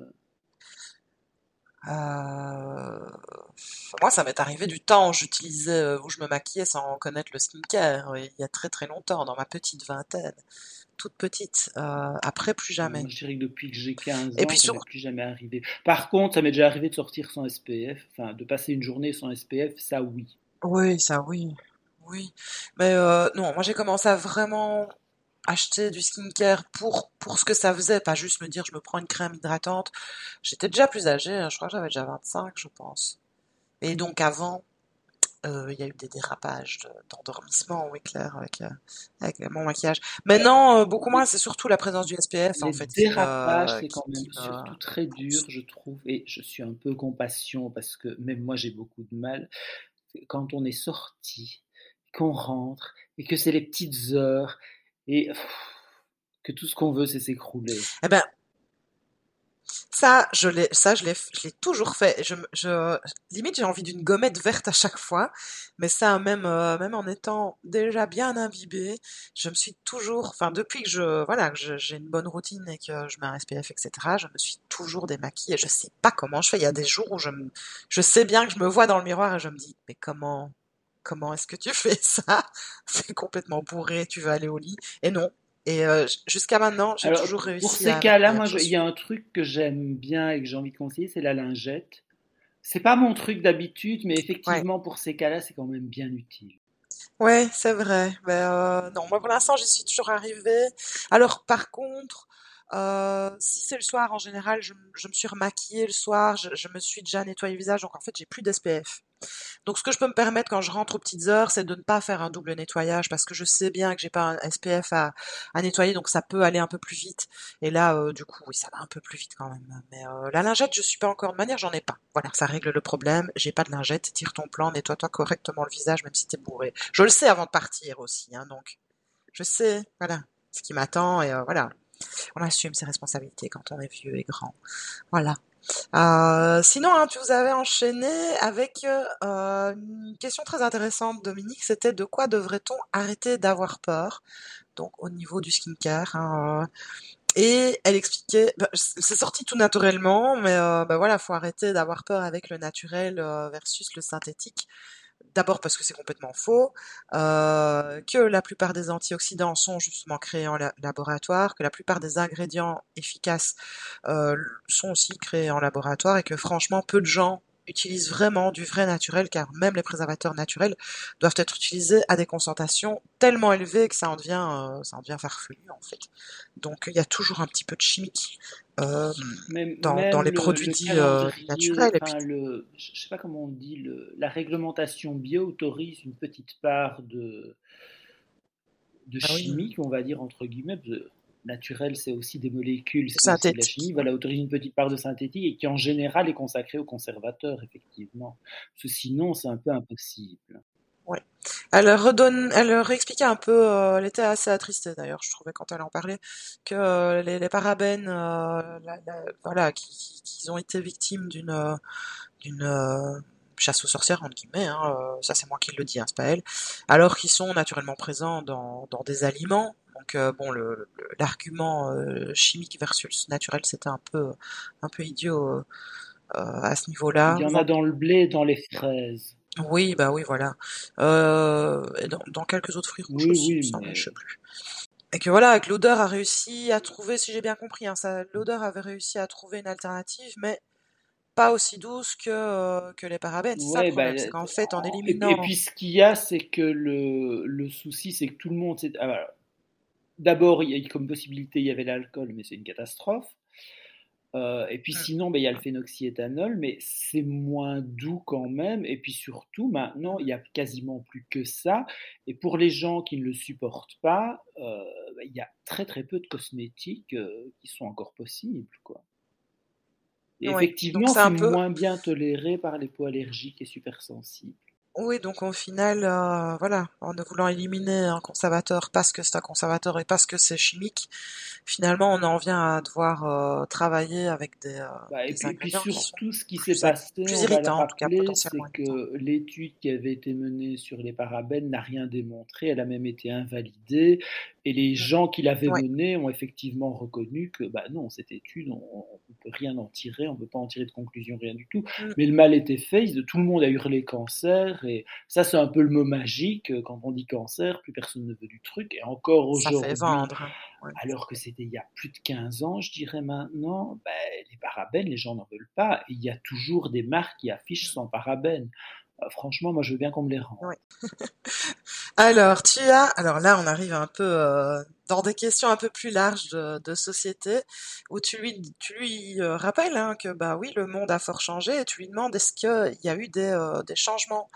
Euh, Moi, ça m'est arrivé du temps où où je me maquillais sans connaître le skincare, il y a très très longtemps, dans ma petite vingtaine, toute petite. Après, plus
moi,
jamais.
je dirais que depuis que j'ai 15
Et
ans,
puis
ça m'est plus jamais arrivé. Par contre, ça m'est déjà arrivé de sortir sans SPF, enfin, de passer une journée sans SPF, ça oui.
oui, ça oui, oui. Mais non, moi j'ai commencé à vraiment acheter du skincare pour ce que ça faisait, pas juste me dire je me prends une crème hydratante. J'étais déjà plus âgée, hein, je crois que j'avais déjà 25, je pense. Et donc avant, il y a eu des dérapages d'endormissement, oui, clair, avec mon maquillage. Maintenant, beaucoup moins, c'est surtout la présence du SPF, en
Les
fait,
dérapages, c'est quand même
qui me
surtout très dur,
pousse.
je trouve, et je suis un peu compassion parce que même moi j'ai beaucoup de mal. Quand on est sorti, qu'on rentre et que c'est les petites heures et que tout ce qu'on veut c'est s'écrouler.
Eh ben, je l'ai toujours fait. Limite, j'ai envie d'une gommette verte à chaque fois. Mais ça, même en étant déjà bien imbibée, je me suis toujours, enfin, depuis que voilà, j'ai une bonne routine et que je mets un SPF, etc., je me suis toujours démaquillée. Je sais pas comment je fais. Il y a des jours où je sais bien que je me vois dans le miroir et je me dis, mais comment est-ce que tu fais ça? C'est complètement bourré, tu vas aller au lit. Et non. Et jusqu'à maintenant, j'ai
Alors
toujours
pour
réussi
ces
à mettre
cas-là,
mes
il y a
chaussures.
un truc que j'aime bien et que j'ai envie de conseiller, c'est la lingette. C'est pas mon truc d'habitude, mais
Ouais.
effectivement pour ces cas-là, c'est quand même bien utile.
Ouais, c'est vrai. Mais non, moi pour l'instant, j'y suis toujours arrivée. Alors par contre, si c'est le soir, en général, je me suis remaquillée le soir, je me suis déjà nettoyé le visage, donc en fait, j'ai plus d'SPF. Donc ce que je peux me permettre quand je rentre aux petites heures, c'est de ne pas faire un double nettoyage parce que je sais bien que j'ai pas un SPF à nettoyer, donc ça peut aller un peu plus vite. Et là, du coup, oui, ça va un peu plus vite quand même. Mais la lingette, je suis pas encore de manière, j'en ai pas. Voilà, ça règle le problème. J'ai pas de lingette. Tire ton plan, nettoie-toi correctement le visage, même si t'es bourré. Je le sais avant de partir aussi, hein, donc je sais, voilà, ce qui m'attend et voilà. On assume ses responsabilités quand on est vieux et grand. Voilà. Sinon, hein, tu vous avais enchaîné avec une question très intéressante, Dominique. C'était de quoi devrait-on arrêter d'avoir peur? Donc, au niveau du skincare, hein, et elle expliquait, bah, c'est sorti tout naturellement, mais bah voilà, faut arrêter d'avoir peur avec le naturel versus le synthétique. D'abord parce que c'est complètement faux, que la plupart des antioxydants sont justement créés en laboratoire, que la plupart des ingrédients efficaces sont aussi créés en laboratoire et que franchement peu de gens utilisent vraiment du vrai naturel car même les préservateurs naturels doivent être utilisés à des concentrations tellement élevées que ça en devient farfelu en fait. Donc il y a toujours un petit peu de chimique euh, dans
Même
les produits
le
dits
calendrier,
naturels et puis
enfin je sais pas comment on dit, la réglementation bio autorise une petite part de
ah oui,
chimique, on va dire entre guillemets. Naturel, c'est aussi des molécules, c'est aussi de la
synthétique.
chimie. Voilà, autorise une petite part de synthétique et qui en général est consacrée aux conservateurs, effectivement. Parce que sinon, c'est un peu impossible.
Ouais. Elle réexpliquait un peu, elle était assez attristée d'ailleurs, je trouvais quand elle en parlait, que les parabènes, voilà, qu'ils ont été victimes d'une chasse aux sorcières entre guillemets, hein, ça c'est moi qui le dis, hein, c'est pas elle, alors qu'ils sont naturellement présents dans des aliments. Donc bon, l'argument chimique versus naturel, c'était un peu idiot à ce
Il
niveau-là.
y en a dans le blé et dans les fraises.
Oui, bah oui, voilà. Et dans quelques autres fruits rouges
Oui,
aussi, il me
oui,
semble, je sais
mais
plus. Et que voilà, que l'odeur a réussi à trouver, si j'ai bien compris, hein, l'odeur avait réussi à trouver une alternative, mais pas aussi douce que les parabènes. C'est ça le
ouais, bah,
problème, c'est qu'en fait, en
et
éliminant.
puis ce qu'il y a, c'est que le souci, c'est que tout le monde, voilà. D'abord, comme possibilité, il y avait l'alcool, mais c'est une catastrophe. Et puis
Mm,
sinon, ben, il y a le phénoxyéthanol, mais c'est moins doux quand même. Et puis surtout, maintenant, il y a quasiment plus que ça. Et pour les gens qui ne le supportent pas, ben, il y a très très peu de cosmétiques qui sont encore possibles, quoi. Et
oui, donc
effectivement,
c'est
c'est
un peu.
moins bien toléré par les peaux allergiques et supersensibles.
Oui, donc au final, voilà, en ne voulant éliminer un conservateur parce que c'est un conservateur et parce que c'est chimique, finalement, on en vient à devoir travailler avec
Bah,
des
et puis
ingrédients qui sont
surtout, ce qui s'est passé,
plus
on va le
irritants, en tout cas
rappeler,
potentiellement
c'est
irritants.
que l'étude qui avait été menée sur les parabènes n'a rien démontré, elle a même été invalidée, et les
Mm.
gens qui l'avaient
Ouais.
menée ont effectivement reconnu que bah non, cette étude, on ne peut rien en tirer, on ne peut pas en tirer de conclusion, rien du tout.
Mm.
Mais le mal était fait, tout le monde a hurlé cancer, et ça c'est un peu le mot magique, quand on dit cancer, plus personne ne veut du truc, et encore
Ça fait
aujourd'hui,
vendre, hein. Ouais.
alors que c'était il y a plus de 15 ans, je dirais maintenant, ben, les parabènes, les gens n'en veulent pas. Et il y a toujours des marques qui affichent sans parabènes. Franchement, moi, je veux bien qu'on me les rende.
Ouais. Alors là, on arrive un peu dans des questions un peu plus larges de société, où tu lui rappelles hein, que bah oui, le monde a fort changé, et tu lui demandes est-ce qu'il y a eu des changements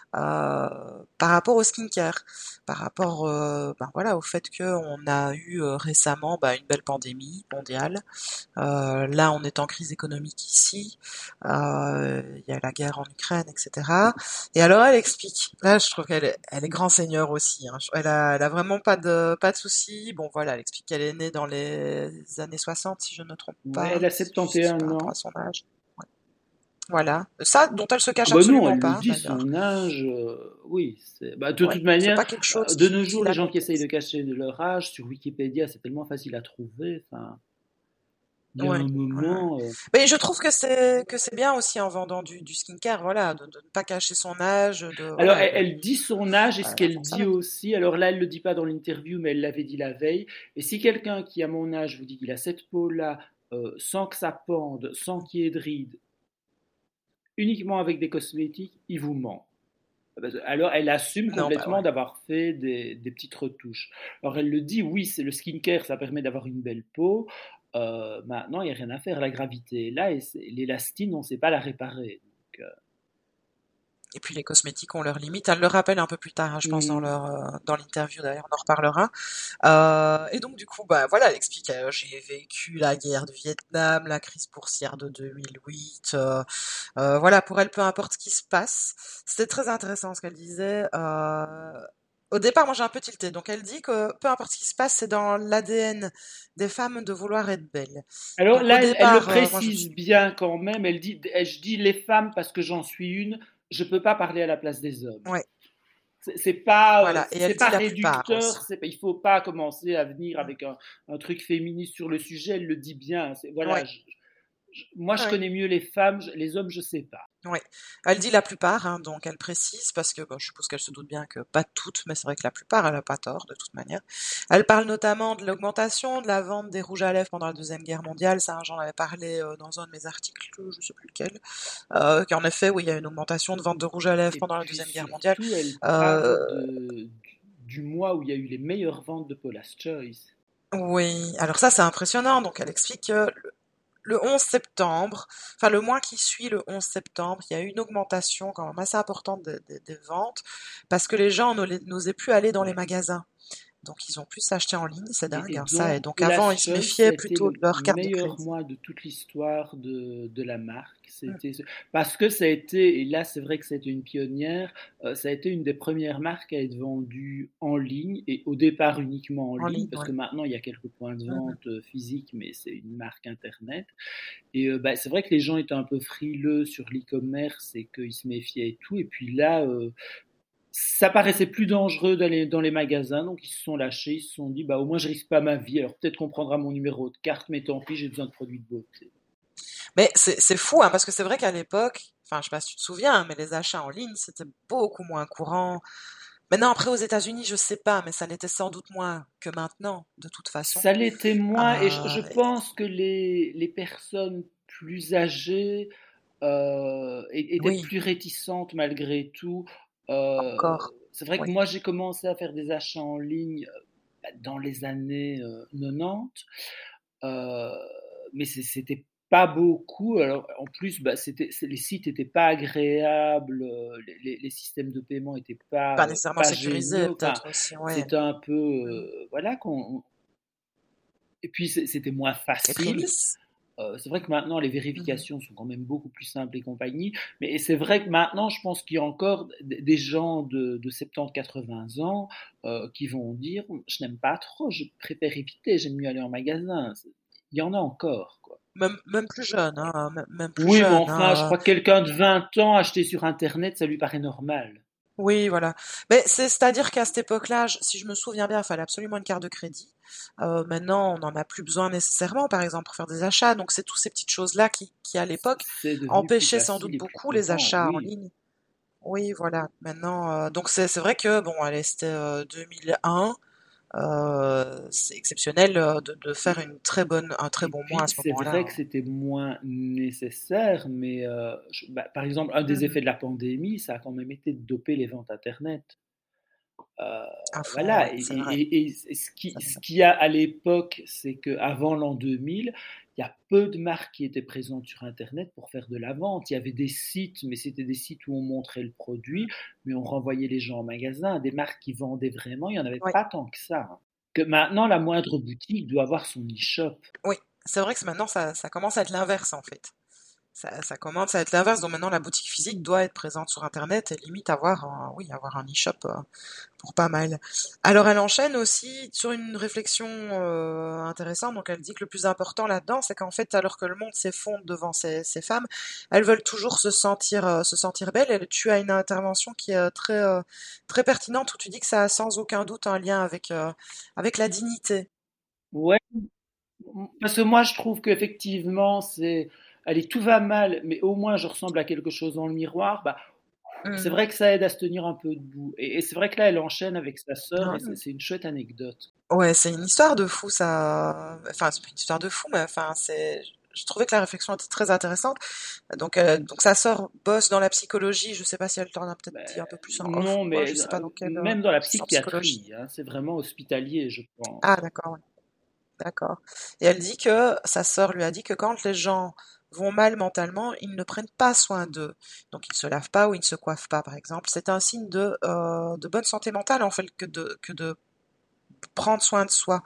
par rapport au skincare, par rapport ben voilà, au fait qu'on a eu récemment bah, une belle pandémie mondiale. Là, on est en crise économique ici. Il y a la guerre en Ukraine, etc. Et alors, elle explique. Là, je trouve elle est grand seigneur aussi. Hein. Elle a vraiment pas de soucis. Bon, voilà, elle explique qu'elle est née dans les années 60, si je ne me trompe
Ouais, elle
pas,
a
si
71
par rapport à
ans.
son âge. Ouais. Voilà. Ça, dont elle se
Ah
cache
bah non,
absolument
elle le
pas,
dit,
d'ailleurs.
son âge, oui. Bah, de
Ouais.
toute
C'est
manière,
pas quelque chose
de nos
qui
jours, les
la
gens qui essayent de
conteste.
cacher leur âge sur Wikipédia, c'est tellement facile à trouver. Enfin, il y a
Ouais.
un
Ouais, ouais.
moment.
Mais je trouve que c'est bien aussi en vendant du skincare, voilà, de ne pas cacher son âge,
Alors,
voilà,
elle dit son âge et ce qu'elle
avoir ça
dit
là.
aussi. Alors là, elle ne le dit pas dans l'interview, mais elle l'avait dit la veille. Et si quelqu'un qui a mon âge vous dit qu'il a cette peau-là, sans que ça pende, sans qu'il y ait de rides, uniquement avec des cosmétiques, il vous ment. Alors, elle assume
Non, bah
complètement
ouais.
d'avoir fait des petites retouches. Alors, elle le dit, oui, c'est le skincare, ça permet d'avoir une belle peau. Maintenant, il n'y a rien à faire. La gravité est là et l'élastine, on ne sait pas la réparer. Donc,
Et puis les cosmétiques ont leurs limites. Elle le rappelle un peu plus tard, hein, je pense, dans l'interview d'ailleurs, on en reparlera. Et donc du coup, bah voilà, elle explique, j'ai vécu la guerre du Vietnam, la crise boursière de 2008. Voilà, pour elle, peu importe ce qui se passe. C'était très intéressant ce qu'elle disait. Au départ, moi j'ai un peu tilté. Donc elle dit que peu importe ce qui se passe, c'est dans l'ADN des femmes de vouloir être belles.
alors
Donc au
là, elle le
départ, moi je
précise
suis.
bien quand même. Je dis les femmes parce que j'en suis une. Je ne peux pas parler à la place des hommes.
Ouais, voilà. Et
C'est
elle
pas
dit la plupart
réducteur.
aussi.
Il faut pas commencer à venir
Mm.
avec un truc féministe sur le sujet. Elle le dit bien. Voilà.
Ouais.
Moi, je
Ouais.
connais mieux les femmes. Les hommes, je sais pas.
Ouais. Elle dit la plupart, hein, donc elle précise, parce que bon, je suppose qu'elle se doute bien que pas toutes, mais c'est vrai que la plupart, elle a pas tort, de toute manière. Elle parle notamment de l'augmentation de la vente des rouges à lèvres pendant la Deuxième Guerre mondiale, ça, hein, j'en avais parlé dans un de mes articles, je sais plus lequel, qu'en effet, oui, il y a une augmentation de vente de rouges à lèvres
Et
pendant la
puis
Deuxième Guerre mondiale.
surtout, elle parle
Euh,
du mois où il y a eu les meilleures ventes de Paula's Choice.
oui, alors ça, c'est impressionnant, donc elle explique que le 11 septembre, enfin le mois qui suit le 11 septembre, il y a eu une augmentation quand même assez importante des ventes parce que les gens n'osaient plus aller dans les
Ouais.
magasins. Donc ils ont pu s'acheter en ligne, c'est
Et
dingue hein, ça.
donc,
Et donc avant,
Paula's
ils se
Choice, ça
méfiaient
a été
plutôt
le
de leur carte de
meilleur
crédit.
mois de toute l'histoire de la marque.
Mm.
Parce que ça a été, et là c'est vrai que c'était une pionnière, ça a été une des premières marques à être vendue en ligne, et au départ uniquement en
En
ligne,
ligne,
parce
ouais.
que maintenant il y a quelques points de
Mhm.
vente physiques, mais c'est une marque internet. Et bah, c'est vrai que les gens étaient un peu frileux sur l'e-commerce et qu'ils se méfiaient et tout. Et puis là, ça paraissait plus dangereux d'aller dans les magasins, donc ils se sont lâchés, ils se sont dit, bah au moins je risque pas ma vie. Alors peut-être qu'on prendra mon numéro de carte, mais tant pis, j'ai besoin de produits de beauté.
Mais c'est fou, hein, parce que c'est vrai qu'à l'époque, enfin, je sais pas si tu te souviens, mais les achats en ligne, c'était beaucoup moins courant. Maintenant, après, aux États-Unis, je sais pas, mais ça l'était sans doute moins que maintenant, de toute façon.
Ça l'était moins, et je
Euh,
pense que les personnes plus âgées étaient
oui,
plus réticentes malgré tout. Euh,
encore.
c'est vrai que
Oui.
moi j'ai commencé à faire des achats en ligne dans les années 90, euh, mais c'était pas beaucoup. Alors en plus, bah, les sites n'étaient pas agréables, les systèmes de paiement n'étaient
Pas nécessairement
pas
sécurisé,
géniaux. Enfin,
peut-être aussi, ouais.
c'était un peu
Mhm.
voilà et puis c'était moins
Les
facile.
prémices.
C'est vrai que maintenant les
Mhm.
vérifications sont quand même beaucoup plus simples et compagnie, mais c'est vrai que maintenant je pense qu'il y a encore des gens de 70-80 ans qui vont dire je n'aime pas trop, je préfère éviter, j'aime mieux aller en magasin. Il y en a encore, quoi.
Même plus jeune, hein, même plus
Oui, mais
jeune,
enfin, je
hein.
crois que quelqu'un de 20 ans acheter sur Internet, ça lui paraît normal.
Oui, voilà. Mais c'est-à-dire qu'à cette époque-là, si je me souviens bien, il fallait absolument une carte de crédit. Maintenant, on n'en a plus besoin nécessairement, par exemple, pour faire des achats. Donc, c'est toutes ces petites choses-là qui, à l'époque,
C'est devenu plus
empêchaient sans doute
facile et plus
beaucoup les
courant,
achats en
oui.
ligne. Oui, voilà. Maintenant, donc c'est vrai que bon, allez, c'était 2001. C'est exceptionnel de faire un très
Et
bon mois
puis,
à ce
c'est
moment-là,
vrai que
hein.
c'était moins nécessaire, mais bah, par exemple, un des effets
Mhm.
de la pandémie, ça a quand même été de doper les ventes Internet. Euh,
À fond, oui,
voilà,
c'est vrai.
et
C'est
ce
vrai.
qu'il y a à l'époque, c'est qu'avant l'an 2000, il y a peu de marques qui étaient présentes sur Internet pour faire de la vente. Il y avait des sites, mais c'était des sites où on montrait le produit, mais on renvoyait les gens en magasin. Des marques qui vendaient vraiment, il n'y en avait
Oui,
pas tant que ça, hein. Que maintenant, la moindre boutique doit avoir son e-shop.
oui. C'est vrai que maintenant, ça commence à être l'inverse, en fait. Ça commence à être l'inverse, donc maintenant la boutique physique doit être présente sur Internet et limite oui, avoir un e-shop pour pas mal. Alors elle enchaîne aussi sur une réflexion intéressante, donc elle dit que le plus important là-dedans, c'est qu'en fait, alors que le monde s'effondre devant ces femmes, elles veulent toujours se sentir belles, et tu as une intervention qui est très pertinente où tu dis que ça a sans aucun doute un lien avec la dignité.
Ouais, parce que moi je trouve qu'effectivement c'est, allez, tout va mal, mais au moins je ressemble à quelque chose dans le miroir. Bah, c'est
Mhm.
vrai que ça aide à se tenir un peu debout. Et c'est vrai que là elle enchaîne avec sa sœur et
Ouais.
c'est une chouette anecdote.
Ouais, c'est une histoire de fou, ça. Enfin, c'est pas une histoire de fou, mais enfin, Je trouvais que la réflexion était très intéressante. Donc sa sœur bosse dans la psychologie. Je sais pas si elle t'en a peut-être
Ben,
dit un peu plus en off ou
non,
quoi. Je
mais
sais pas dans quelle.
même dans la
C'est en psychologie.
psychiatrie, hein, c'est vraiment hospitalier, je
Ah,
pense.
d'accord, ouais, d'accord. Et elle dit que sa sœur lui a dit que quand les gens vont mal mentalement, ils ne prennent pas soin d'eux. Donc ils se lavent pas ou ils ne se coiffent pas, par exemple. C'est un signe de bonne santé mentale en fait que de prendre soin de soi.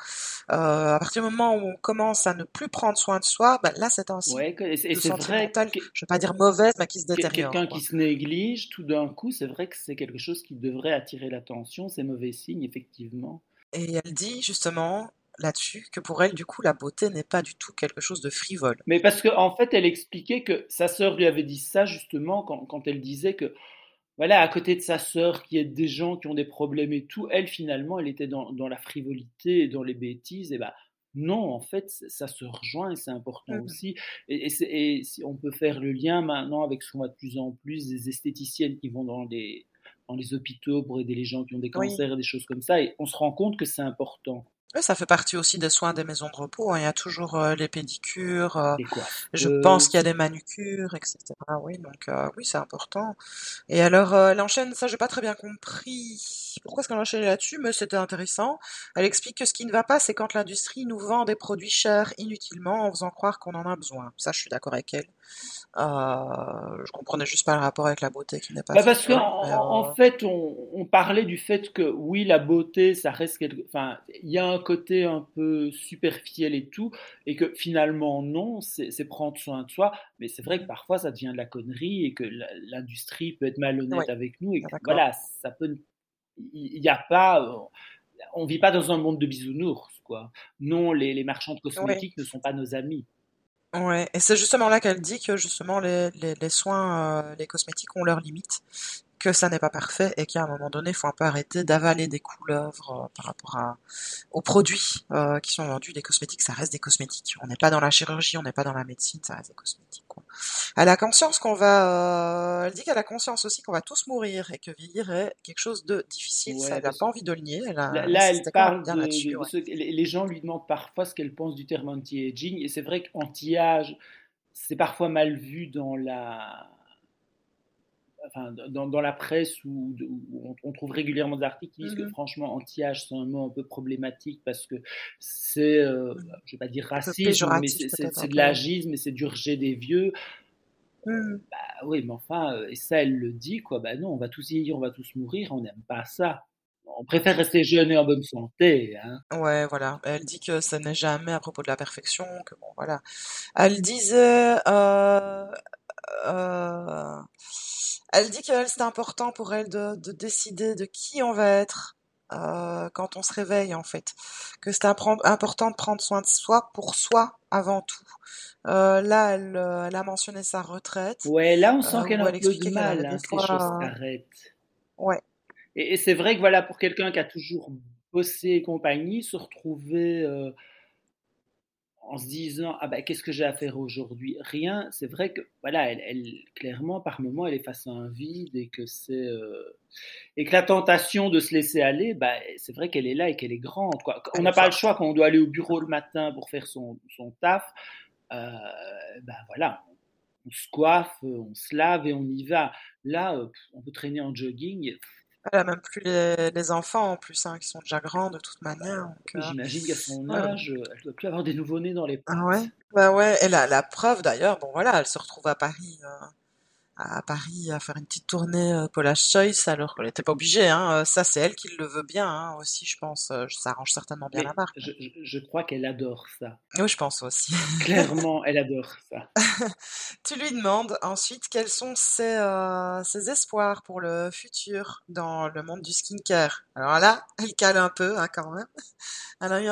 À partir du moment où on commence à ne plus prendre soin de soi, bah, là, c'est un signe
Ouais, et
de
c'est
santé
vrai
mentale, je vais pas dire mauvaise, mais qui se détériore,
quelqu'un qui
quoi.
se néglige, tout d'un coup, c'est vrai que c'est quelque chose qui devrait attirer l'attention, c'est mauvais signe, effectivement.
Et elle dit justement là-dessus que pour elle, du coup, la beauté n'est pas du tout quelque chose de frivole.
Mais parce qu'en fait, elle expliquait que sa sœur lui avait dit ça justement quand elle disait que, voilà, à côté de sa sœur qui aide des gens qui ont des problèmes et tout, elle finalement, elle était dans la frivolité et dans les bêtises. Et bah non, en fait, ça se rejoint et c'est important
Mhm.
aussi. Et si on peut faire le lien maintenant avec ce qu'on voit de plus en plus des esthéticiennes qui vont dans les hôpitaux pour aider les gens qui ont des
Oui.
cancers et des choses comme ça. Et on se rend compte que c'est important.
Oui, ça fait partie aussi des soins des maisons de repos, hein. Il y a toujours les pédicures,
Les
je pense qu'il y a
coiffeuses.
des manucures, etc. Oui, donc oui, c'est important. Et alors, elle enchaîne, ça j'ai pas très bien compris pourquoi est-ce qu'elle enchaîne là-dessus, mais c'était intéressant. Elle explique que ce qui ne va pas, c'est quand l'industrie nous vend des produits chers inutilement en faisant croire qu'on en a besoin. Ça, je suis d'accord avec elle. Je comprenais juste pas le rapport avec la beauté qui n'est pas
Bah parce qu'en
frivole, mais
en fait, on parlait du fait que oui, la beauté, ça reste enfin, il y a un côté un peu superficiel et tout, et que finalement non, c'est prendre soin de soi. Mais c'est vrai que
mhm.
parfois ça devient de la connerie et que l'industrie peut être malhonnête
Oui,
avec nous et
bien
que
d'accord.
voilà, ça peut, il y a pas, on vit pas dans un monde de bisounours, quoi. Non, les marchands de
Oui.
cosmétiques ne sont pas nos amis.
Ouais, et c'est justement là qu'elle dit que justement les soins, les cosmétiques ont leurs limites, que ça n'est pas parfait et qu'à un moment donné, il faut un peu arrêter d'avaler des couleuvres par rapport aux produits qui sont vendus. Les cosmétiques, ça reste des cosmétiques. On n'est pas dans la chirurgie, on n'est pas dans la médecine, ça reste des cosmétiques, quoi. Elle a conscience elle dit qu'elle a conscience aussi qu'on va tous mourir et que vieillir est quelque chose de difficile. Ça,
Ouais,
elle n'a
parce
pas
que
envie de le nier. Elle
là, elle
insistait quand même
parle
bien là-dessus,
de
ouais.
ce que les gens lui demandent parfois ce qu'elle pense du terme anti-aging, et c'est vrai qu'anti-âge, c'est parfois mal vu dans la presse où on trouve régulièrement des articles qui disent que
Mhm.
franchement anti-âge c'est un mot un peu problématique parce que c'est,
Mhm.
je vais pas dire
Un peu
racisme, mais
péjoratif peut-être un
c'est de
peu.
l'agisme et c'est d'urger des vieux.
Mhm.
Ah oui, mais enfin, et ça elle le dit quoi, bah non, on va tous vieillir, on va tous mourir, on n'aime pas ça. On préfère rester jeune et en bonne santé, hein.
Ouais, voilà. Elle dit que ça n'est jamais à propos de la perfection, que bon, voilà. Elle disait, euh, elle dit que c'était important pour elle de décider de qui on va être quand on se réveille, en fait. Que c'était important de prendre soin de soi pour soi avant tout. Là, elle a mentionné sa retraite,
Ouais, là on sent qu'elle a
où
un
elle
peu de
expliquait qu'elle
mal
avait
hein,
des
que les choses
fois,
s'arrêtent.
ouais,
Et c'est vrai que voilà, pour quelqu'un qui a toujours bossé et compagnie, se retrouver en se disant ah ben qu'est-ce que j'ai à faire aujourd'hui? Rien. C'est vrai que voilà, clairement par moment elle est face à un vide et que et que la tentation de se laisser aller, bah, c'est vrai qu'elle est là et qu'elle est grande quoi. On
elle
n'a
est
pas le
forte.
choix quand on doit aller au bureau le matin pour faire son taf. Euh, ben voilà, on se coiffe, on se lave et on y va. Là, on peut traîner en jogging.
Elle a même plus les enfants en plus, hein, qui sont déjà grands de toute manière. Donc,
Oui, j'imagine qu'à son
ouais,
âge, elle doit plus avoir des nouveau-nés dans les
ah ouais,
pattes.
bah ouais. Et la preuve d'ailleurs, bon voilà, elle se retrouve à Paris à faire une petite tournée Paula's Choice alors qu'elle n'était pas obligée. Hein. Ça, c'est elle qui le veut bien hein, aussi, je pense. Ça arrange certainement bien la
Mais
marque.
je crois qu'elle adore ça.
Oui, je pense aussi.
Clairement, elle adore ça.
Tu lui demandes ensuite quels sont ses espoirs pour le futur dans le monde du skincare. Alors là, elle cale un peu hein, quand même. Elle a eu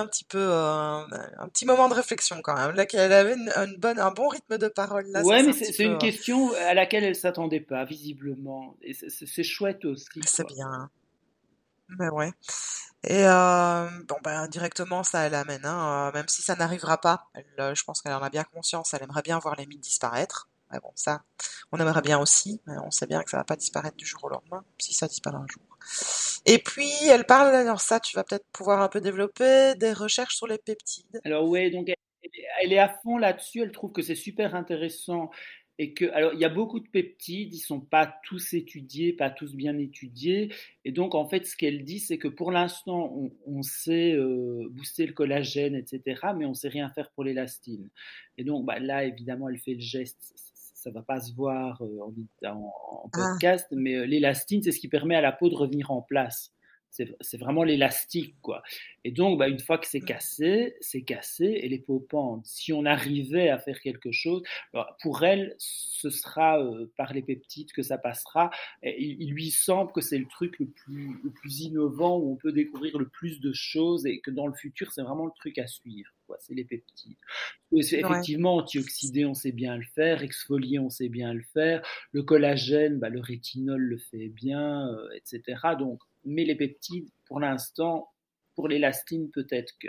un petit moment de réflexion quand même. Là, qu'elle avait un bon rythme de parole. Là, ça
Ouais,
c'est
mais
un petit
c'est une
peu,
question à laquelle elle s'attendait pas, visiblement. Et c'est chouette aussi,
c'est
quoi.
bien, hein. Mais ouais. Et bon ben directement ça elle amène, hein, même si ça n'arrivera pas. Je pense qu'elle en a bien conscience. Elle aimerait bien voir les mythes disparaître. Mais bon ça, on aimerait bien aussi, mais on sait bien que ça va pas disparaître du jour au lendemain, si ça disparaît un jour. Et puis elle parle, alors ça tu vas peut-être pouvoir un peu développer des recherches sur les peptides.
Alors ouais, donc elle est à fond là-dessus. Elle trouve que c'est super intéressant et que alors il y a beaucoup de peptides, ils sont pas tous étudiés, pas tous bien étudiés. Et donc en fait, ce qu'elle dit, c'est que pour l'instant, on sait booster le collagène, etc., mais on sait rien faire pour l'élastine. Et donc bah, là, évidemment, elle fait le geste. Ça va pas se voir en
Ah,
podcast, mais l'élastine, c'est ce qui permet à la peau de revenir en place. C'est vraiment l'élastique, quoi. Et donc, bah, une fois que c'est cassé et les peaux pendent. Si on arrivait à faire quelque chose, alors, pour elle, ce sera par les peptides que ça passera. Et il lui semble que c'est le truc le plus innovant où on peut découvrir le plus de choses et que dans le futur, c'est vraiment le truc à suivre. C'est les peptides.
ouais,
Effectivement, antioxyder, on sait bien le faire. Exfolier, on sait bien le faire. Le collagène, bah, le rétinol le fait bien, etc. Donc, mais les peptides, pour l'instant, pour l'élastine, peut-être que.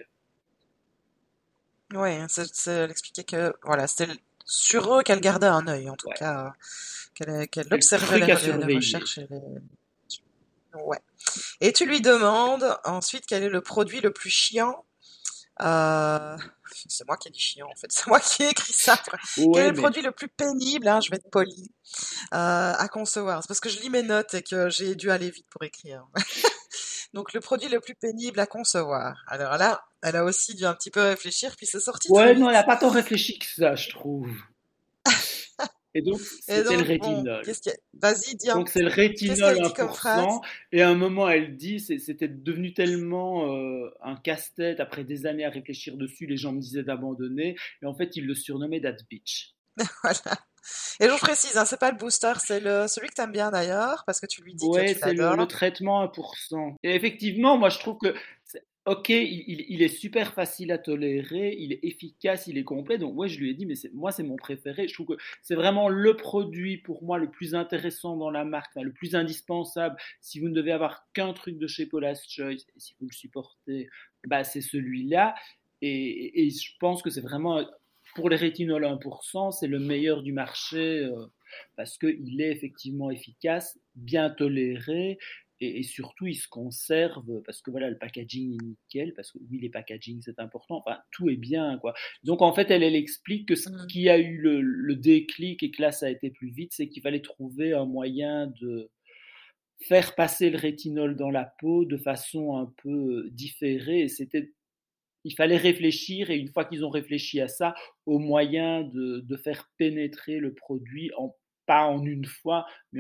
ouais, elle expliquait que voilà, c'était sur eux qu'elle gardait un œil, en tout
Ouais,
cas, qu'elle
c'est le
observait
truc à
les
surveiller.
recherches et les... Ouais. Et tu lui demandes ensuite quel est le produit le plus chiant. Euh, c'est moi qui ai dit chiant en fait, c'est moi qui ai écrit ça. Quel est
Ouais,
le
mais
produit le plus pénible, hein, je vais être poli, à concevoir. C'est parce que je lis mes notes et que j'ai dû aller vite pour écrire. Donc le produit le plus pénible à concevoir. Alors là, elle a aussi dû un petit peu réfléchir, puis c'est sorti très
ouais, non, elle n'a
vite.
pas tant réfléchi que ça, je trouve. Et donc,
Et
c'est le
donc bon,
rétinol.
vas-y, dis
Donc, c'est le
qu'est-ce
rétinol
qu'elle dit comme
1%.
phrase?
Et à un moment, elle dit, c'était devenu tellement un casse-tête, après des années à réfléchir dessus, les gens me disaient d'abandonner. Et en fait, ils le surnommaient That Bitch.
Voilà. Et je précise, hein, c'est pas le booster, c'est celui que t'aimes bien d'ailleurs, parce que tu lui dis que
Ouais,
tu
c'est le
l'adores.
traitement 1%. Et effectivement, moi, je trouve que Ok, il est super facile à tolérer, il est efficace, il est complet. Donc, ouais, je lui ai dit, mais moi, c'est mon préféré. Je trouve que c'est vraiment le produit pour moi le plus intéressant dans la marque, enfin, le plus indispensable. Si vous ne devez avoir qu'un truc de chez Paula's Choice, et si vous le supportez, bah, c'est celui-là. Et je pense que c'est vraiment, pour les rétinols 1%, c'est le meilleur du marché parce qu'il est effectivement efficace, bien toléré et surtout il se conserve parce que voilà le packaging est nickel parce que oui les packaging c'est important enfin tout est bien quoi donc en fait elle explique que ce
Mm.
qui a eu le déclic et que là ça a été plus vite c'est qu'il fallait trouver un moyen de faire passer le rétinol dans la peau de façon un peu différée et c'était il fallait réfléchir et une fois qu'ils ont réfléchi à ça, au moyen de faire pénétrer le produit pas en une fois, mais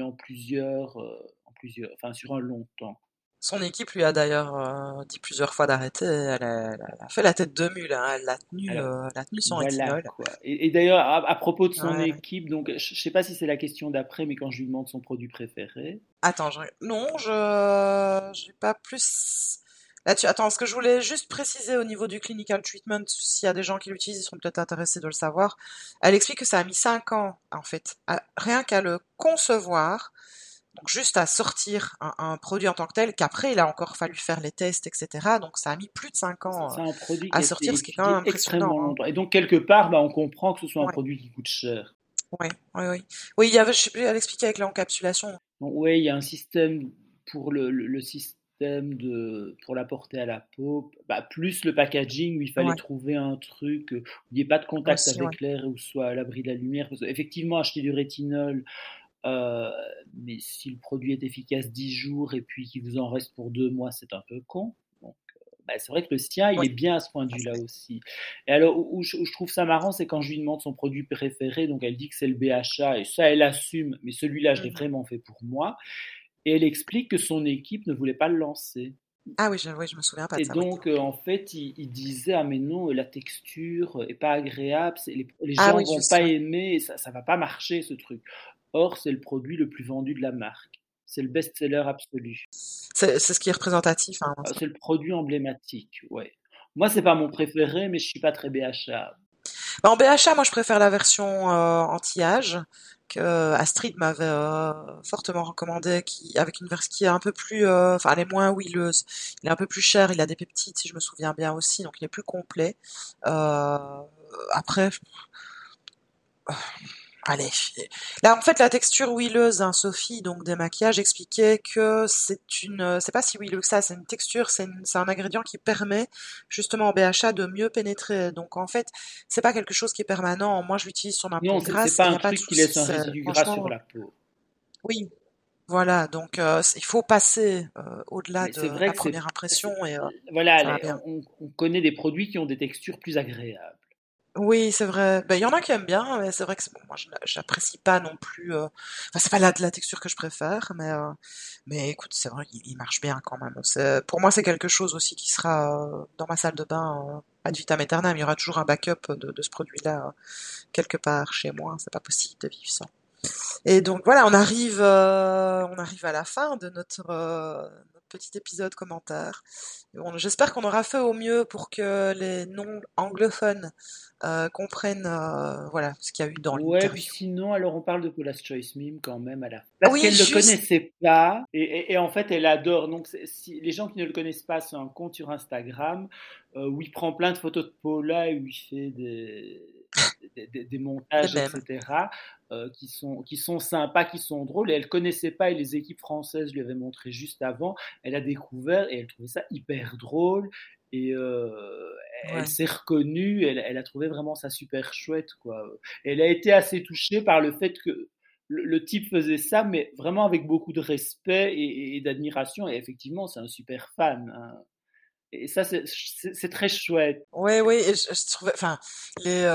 en plusieurs, enfin sur un long temps.
Son équipe lui a d'ailleurs dit plusieurs fois d'arrêter. Elle a fait la tête de mule, hein.
Alors
Elle a tenu son
voilà
rétinol.
quoi. Et d'ailleurs à propos de son
Ouais.
équipe, donc je sais pas si c'est la question d'après, mais quand je lui demande son produit préféré,
Attends, non, j'ai pas plus là-dessus. Attends, parce que je voulais juste préciser au niveau du clinical treatment, s'il y a des gens qui l'utilisent, ils sont peut-être intéressés de le savoir. Elle explique que ça a mis 5 ans, en fait, rien qu'à le concevoir, donc juste à sortir un produit en tant que tel, qu'après il a encore fallu faire les tests, etc. Donc ça a mis plus de 5 ans
c'est un produit qui
à
a été
sortir, ce qui est quand même
étudié
impressionnant,
extrêmement
hein.
longtemps. Et donc quelque part, bah, on comprend que ce soit un
Ouais,
produit qui coûte cher.
ouais, ouais, oui. Oui, il y avait, je sais plus, elle expliquait avec l'encapsulation.
Donc, oui, il y a un système pour le système pour la porter à la peau, bah, plus le packaging où il fallait
Ouais,
trouver un truc où il n'y ait pas de contact
aussi, ouais.
avec l'air et où ce soit à l'abri de la lumière. Parce qu'effectivement, acheter du rétinol, euh, mais si le produit est efficace 10 jours et puis qu'il vous en reste pour 2 mois, c'est un peu con. Donc, bah, c'est vrai que le sien, il
Oui,
est bien à ce point de
c'est
vue-là
vrai.
aussi. Et alors, où je trouve ça marrant, c'est quand je lui demande son produit préféré, donc elle dit que c'est le BHA, et ça, elle assume, mais celui-là, je l'ai
Mhm.
vraiment fait pour moi. Et elle explique que son équipe ne voulait pas le lancer.
Ah oui, oui, je me souviens pas de
Et
ça, oui.
donc, en fait, il disait, ah mais non, la texture est pas agréable, les
Ah
gens
oui,
vont
juste,
pas
oui.
aimer, ça va pas marcher ce truc. Or, c'est le produit le plus vendu de la marque. C'est le best-seller absolu.
C'est ce qui est représentatif, hein.
C'est le produit emblématique, ouais. Moi, c'est pas mon préféré, mais je suis pas très BHA.
Bah, en BHA, moi, je préfère la version anti-âge que Astrid m'avait fortement recommandé, avec une version qui est un peu plus, enfin, elle est moins huileuse. Il est un peu plus cher, il a des peptides, si je me souviens bien aussi, donc il est plus complet. Euh, après, allez. Là, en fait, la texture huileuse, hein, Sophie, donc des maquillages, expliquait que c'est pas si huileux que ça, c'est une texture, c'est un ingrédient qui permet, justement, en BHA de mieux pénétrer. Donc, en fait, c'est pas quelque chose qui est permanent. Moi, je l'utilise sur ma
Non,
peau
c'est
grasse
pas
et il
un
n'y a pas de
truc qui
souci.
laisse un résidu gras sur
Franchement,
la peau.
oui. Voilà. Donc, il faut passer, au-delà
Mais c'est
de
vrai
la
que
première impression et
voilà,
ça va bien.
on connaît des produits qui ont des textures plus agréables.
Oui, c'est vrai. Ben, il y en a qui aiment bien, mais c'est vrai que bon, moi, j'apprécie pas non plus. Enfin, c'est pas la texture que je préfère, mais écoute, c'est vrai qu'il marche bien quand même. Pour moi, c'est quelque chose aussi qui sera dans ma salle de bain ad vitam aeternam. Il y aura toujours un backup de ce produit-là quelque part chez moi. C'est pas possible de vivre sans. Et donc voilà, on arrive à la fin de notre petit épisode commentaire. Bon, j'espère qu'on aura fait au mieux pour que les non-anglophones comprennent voilà ce qu'il y a eu dans
Ouais, puis
l'interview.
sinon, alors on parle de Paula's Choice Mime quand même à la fin.
Ah
Parce
oui,
qu'elle le
juste.
connaissait pas, et en fait elle adore. Donc si les gens qui ne le connaissent pas, c'est un compte sur Instagram où il prend plein de photos de Paula et où il fait des
Les
montages,
mêmes.
etc. Qui sont sympas, qui sont drôles. Et elle connaissait pas, et les équipes françaises lui avaient montré juste avant. Elle a découvert et elle trouvait ça hyper drôle. Et elle
Ouais.
s'est reconnue, elle a trouvé vraiment ça super chouette, quoi. Elle a été assez touchée par le fait que le type faisait ça, mais vraiment avec beaucoup de respect et d'admiration. Et effectivement, c'est un super fan, hein. Et ça, c'est très chouette.
Ouais, ouais, et je trouvais, enfin, il est,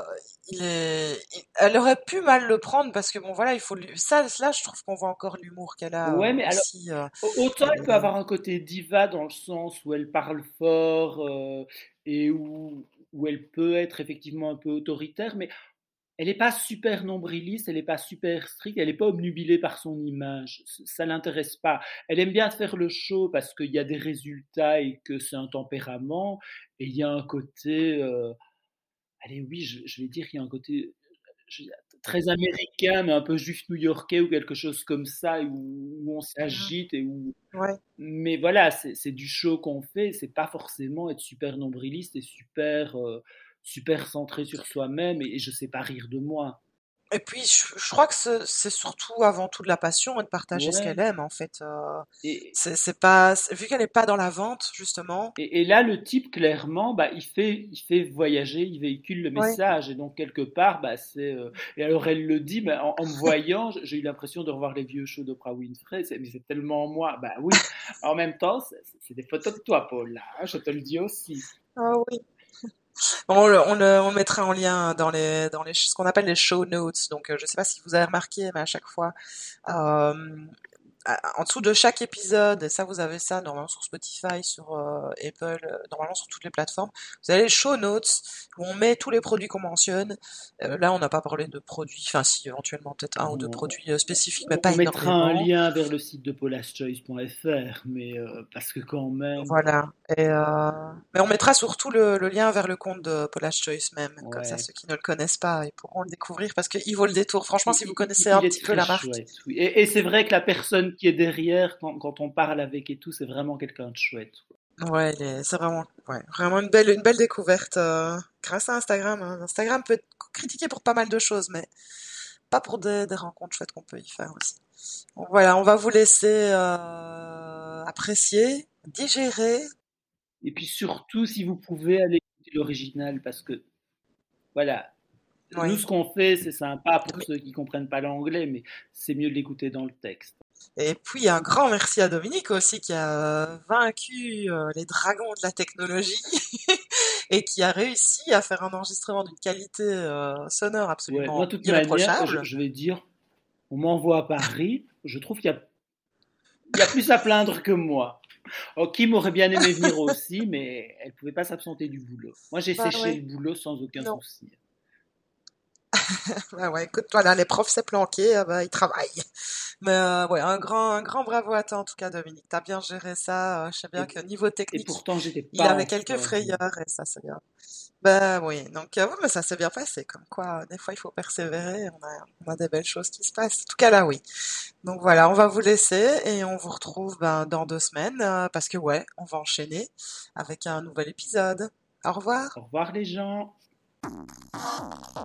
elle aurait pu mal le prendre parce que bon, voilà, il faut ça, là, je trouve qu'on voit encore l'humour qu'elle a
Ouais, mais alors,
aussi.
autant
Elle
elle peut
est,
avoir un côté diva dans le sens où elle parle fort et où elle peut être effectivement un peu autoritaire, mais Elle n'est pas super nombriliste, elle n'est pas super stricte, elle n'est pas obnubilée par son image. Ça l'intéresse pas. Elle aime bien faire le show parce qu'il y a des résultats et que c'est un tempérament. Et il y a un côté, allez oui, je vais dire qu'il y a un côté je- très américain, mais un peu juif new-yorkais ou quelque chose comme ça, où on
Mhm.
s'agite et où.
Ouais.
Mais voilà, c'est du show qu'on fait. C'est pas forcément être super nombriliste et super centré sur soi-même. Et je sais pas rire de moi.
Et puis, je crois que c'est surtout avant tout de la passion et de partager ce qu'elle
Ouais.
aime, en fait.
Et,
C'est pas, vu qu'elle n'est pas dans la vente, justement.
et là, le type, clairement, bah, il fait voyager, il véhicule le
Ouais.
message. Et donc, quelque part, bah, et alors, elle le dit, mais en me voyant, j'ai eu l'impression de revoir les vieux shows d'Oprah Winfrey. Mais c'est tellement moi. Bah oui. En même temps, c'est des photos de toi, Paul, là, hein, je te le dis aussi.
Ah oui. On le mettra en lien dans les, ce qu'on appelle les show notes. Donc, je sais pas si vous avez remarqué, mais à chaque fois, euh, en dessous de chaque épisode, et ça vous avez ça normalement sur Spotify, sur Apple, normalement sur toutes les plateformes, vous avez les show notes où on met tous les produits qu'on mentionne. Là, on n'a pas parlé de produits, enfin si éventuellement peut-être un ou deux
On,
produits spécifiques, mais
on
pas
mettra un
énormément.
lien vers le site de paulaschoice.fr, mais parce que quand même,
Voilà. Mais on mettra surtout le lien vers le compte de Paula's Choice même. Comme ça,
ouais.
ceux qui ne le connaissent pas, ils pourront le découvrir parce qu'il vaut le détour. Franchement, si vous
Il,
connaissez un
il est
petit peu
très
la marque,
chouette, oui. Et c'est vrai que la personne qui est derrière, quand on parle avec et tout, c'est vraiment quelqu'un de chouette.
ouais, c'est vraiment, ouais, vraiment une belle découverte grâce à Instagram, hein. Instagram peut être critiqué pour pas mal de choses, mais pas pour des rencontres chouettes qu'on peut y faire aussi. Donc voilà, on va vous laisser apprécier, digérer.
Et puis surtout, si vous pouvez aller écouter l'original, parce que voilà, nous
Oui.
ce qu'on fait, c'est sympa pour ceux qui comprennent pas l'anglais, mais c'est mieux de l'écouter dans le texte.
Et puis un grand merci à Dominique aussi qui a vaincu les dragons de la technologie et qui a réussi à faire un enregistrement d'une qualité sonore
Ouais, moi
absolument
de toute manière,
irréprochable.
je vais dire, on m'envoie à Paris, je trouve qu'il y a plus à plaindre que moi. Oh, Kim aurait bien aimé venir aussi, mais elle pouvait pas s'absenter du boulot. Moi, j'ai
Bah
séché
ouais,
le boulot sans aucun
non.
souci.
Bah ouais, écoute, voilà, les profs s'est planqué, ah bah, ils travaillent. Mais ouais, un grand bravo à toi en tout cas, Dominique. T'as bien géré ça. Je sais bien
Et,
que niveau
et
technique,
pourtant, j'étais
il
pas
avait
en
quelques
forme.
frayeurs et ça c'est bien. Ben oui, donc ouais, mais ça s'est bien passé. Comme quoi, des fois il faut persévérer. On a des belles choses qui se passent. En tout cas là, oui. Donc voilà, on va vous laisser et on vous retrouve ben, dans 2 semaines parce que ouais, on va enchaîner avec un nouvel épisode. Au revoir.
Au revoir les gens.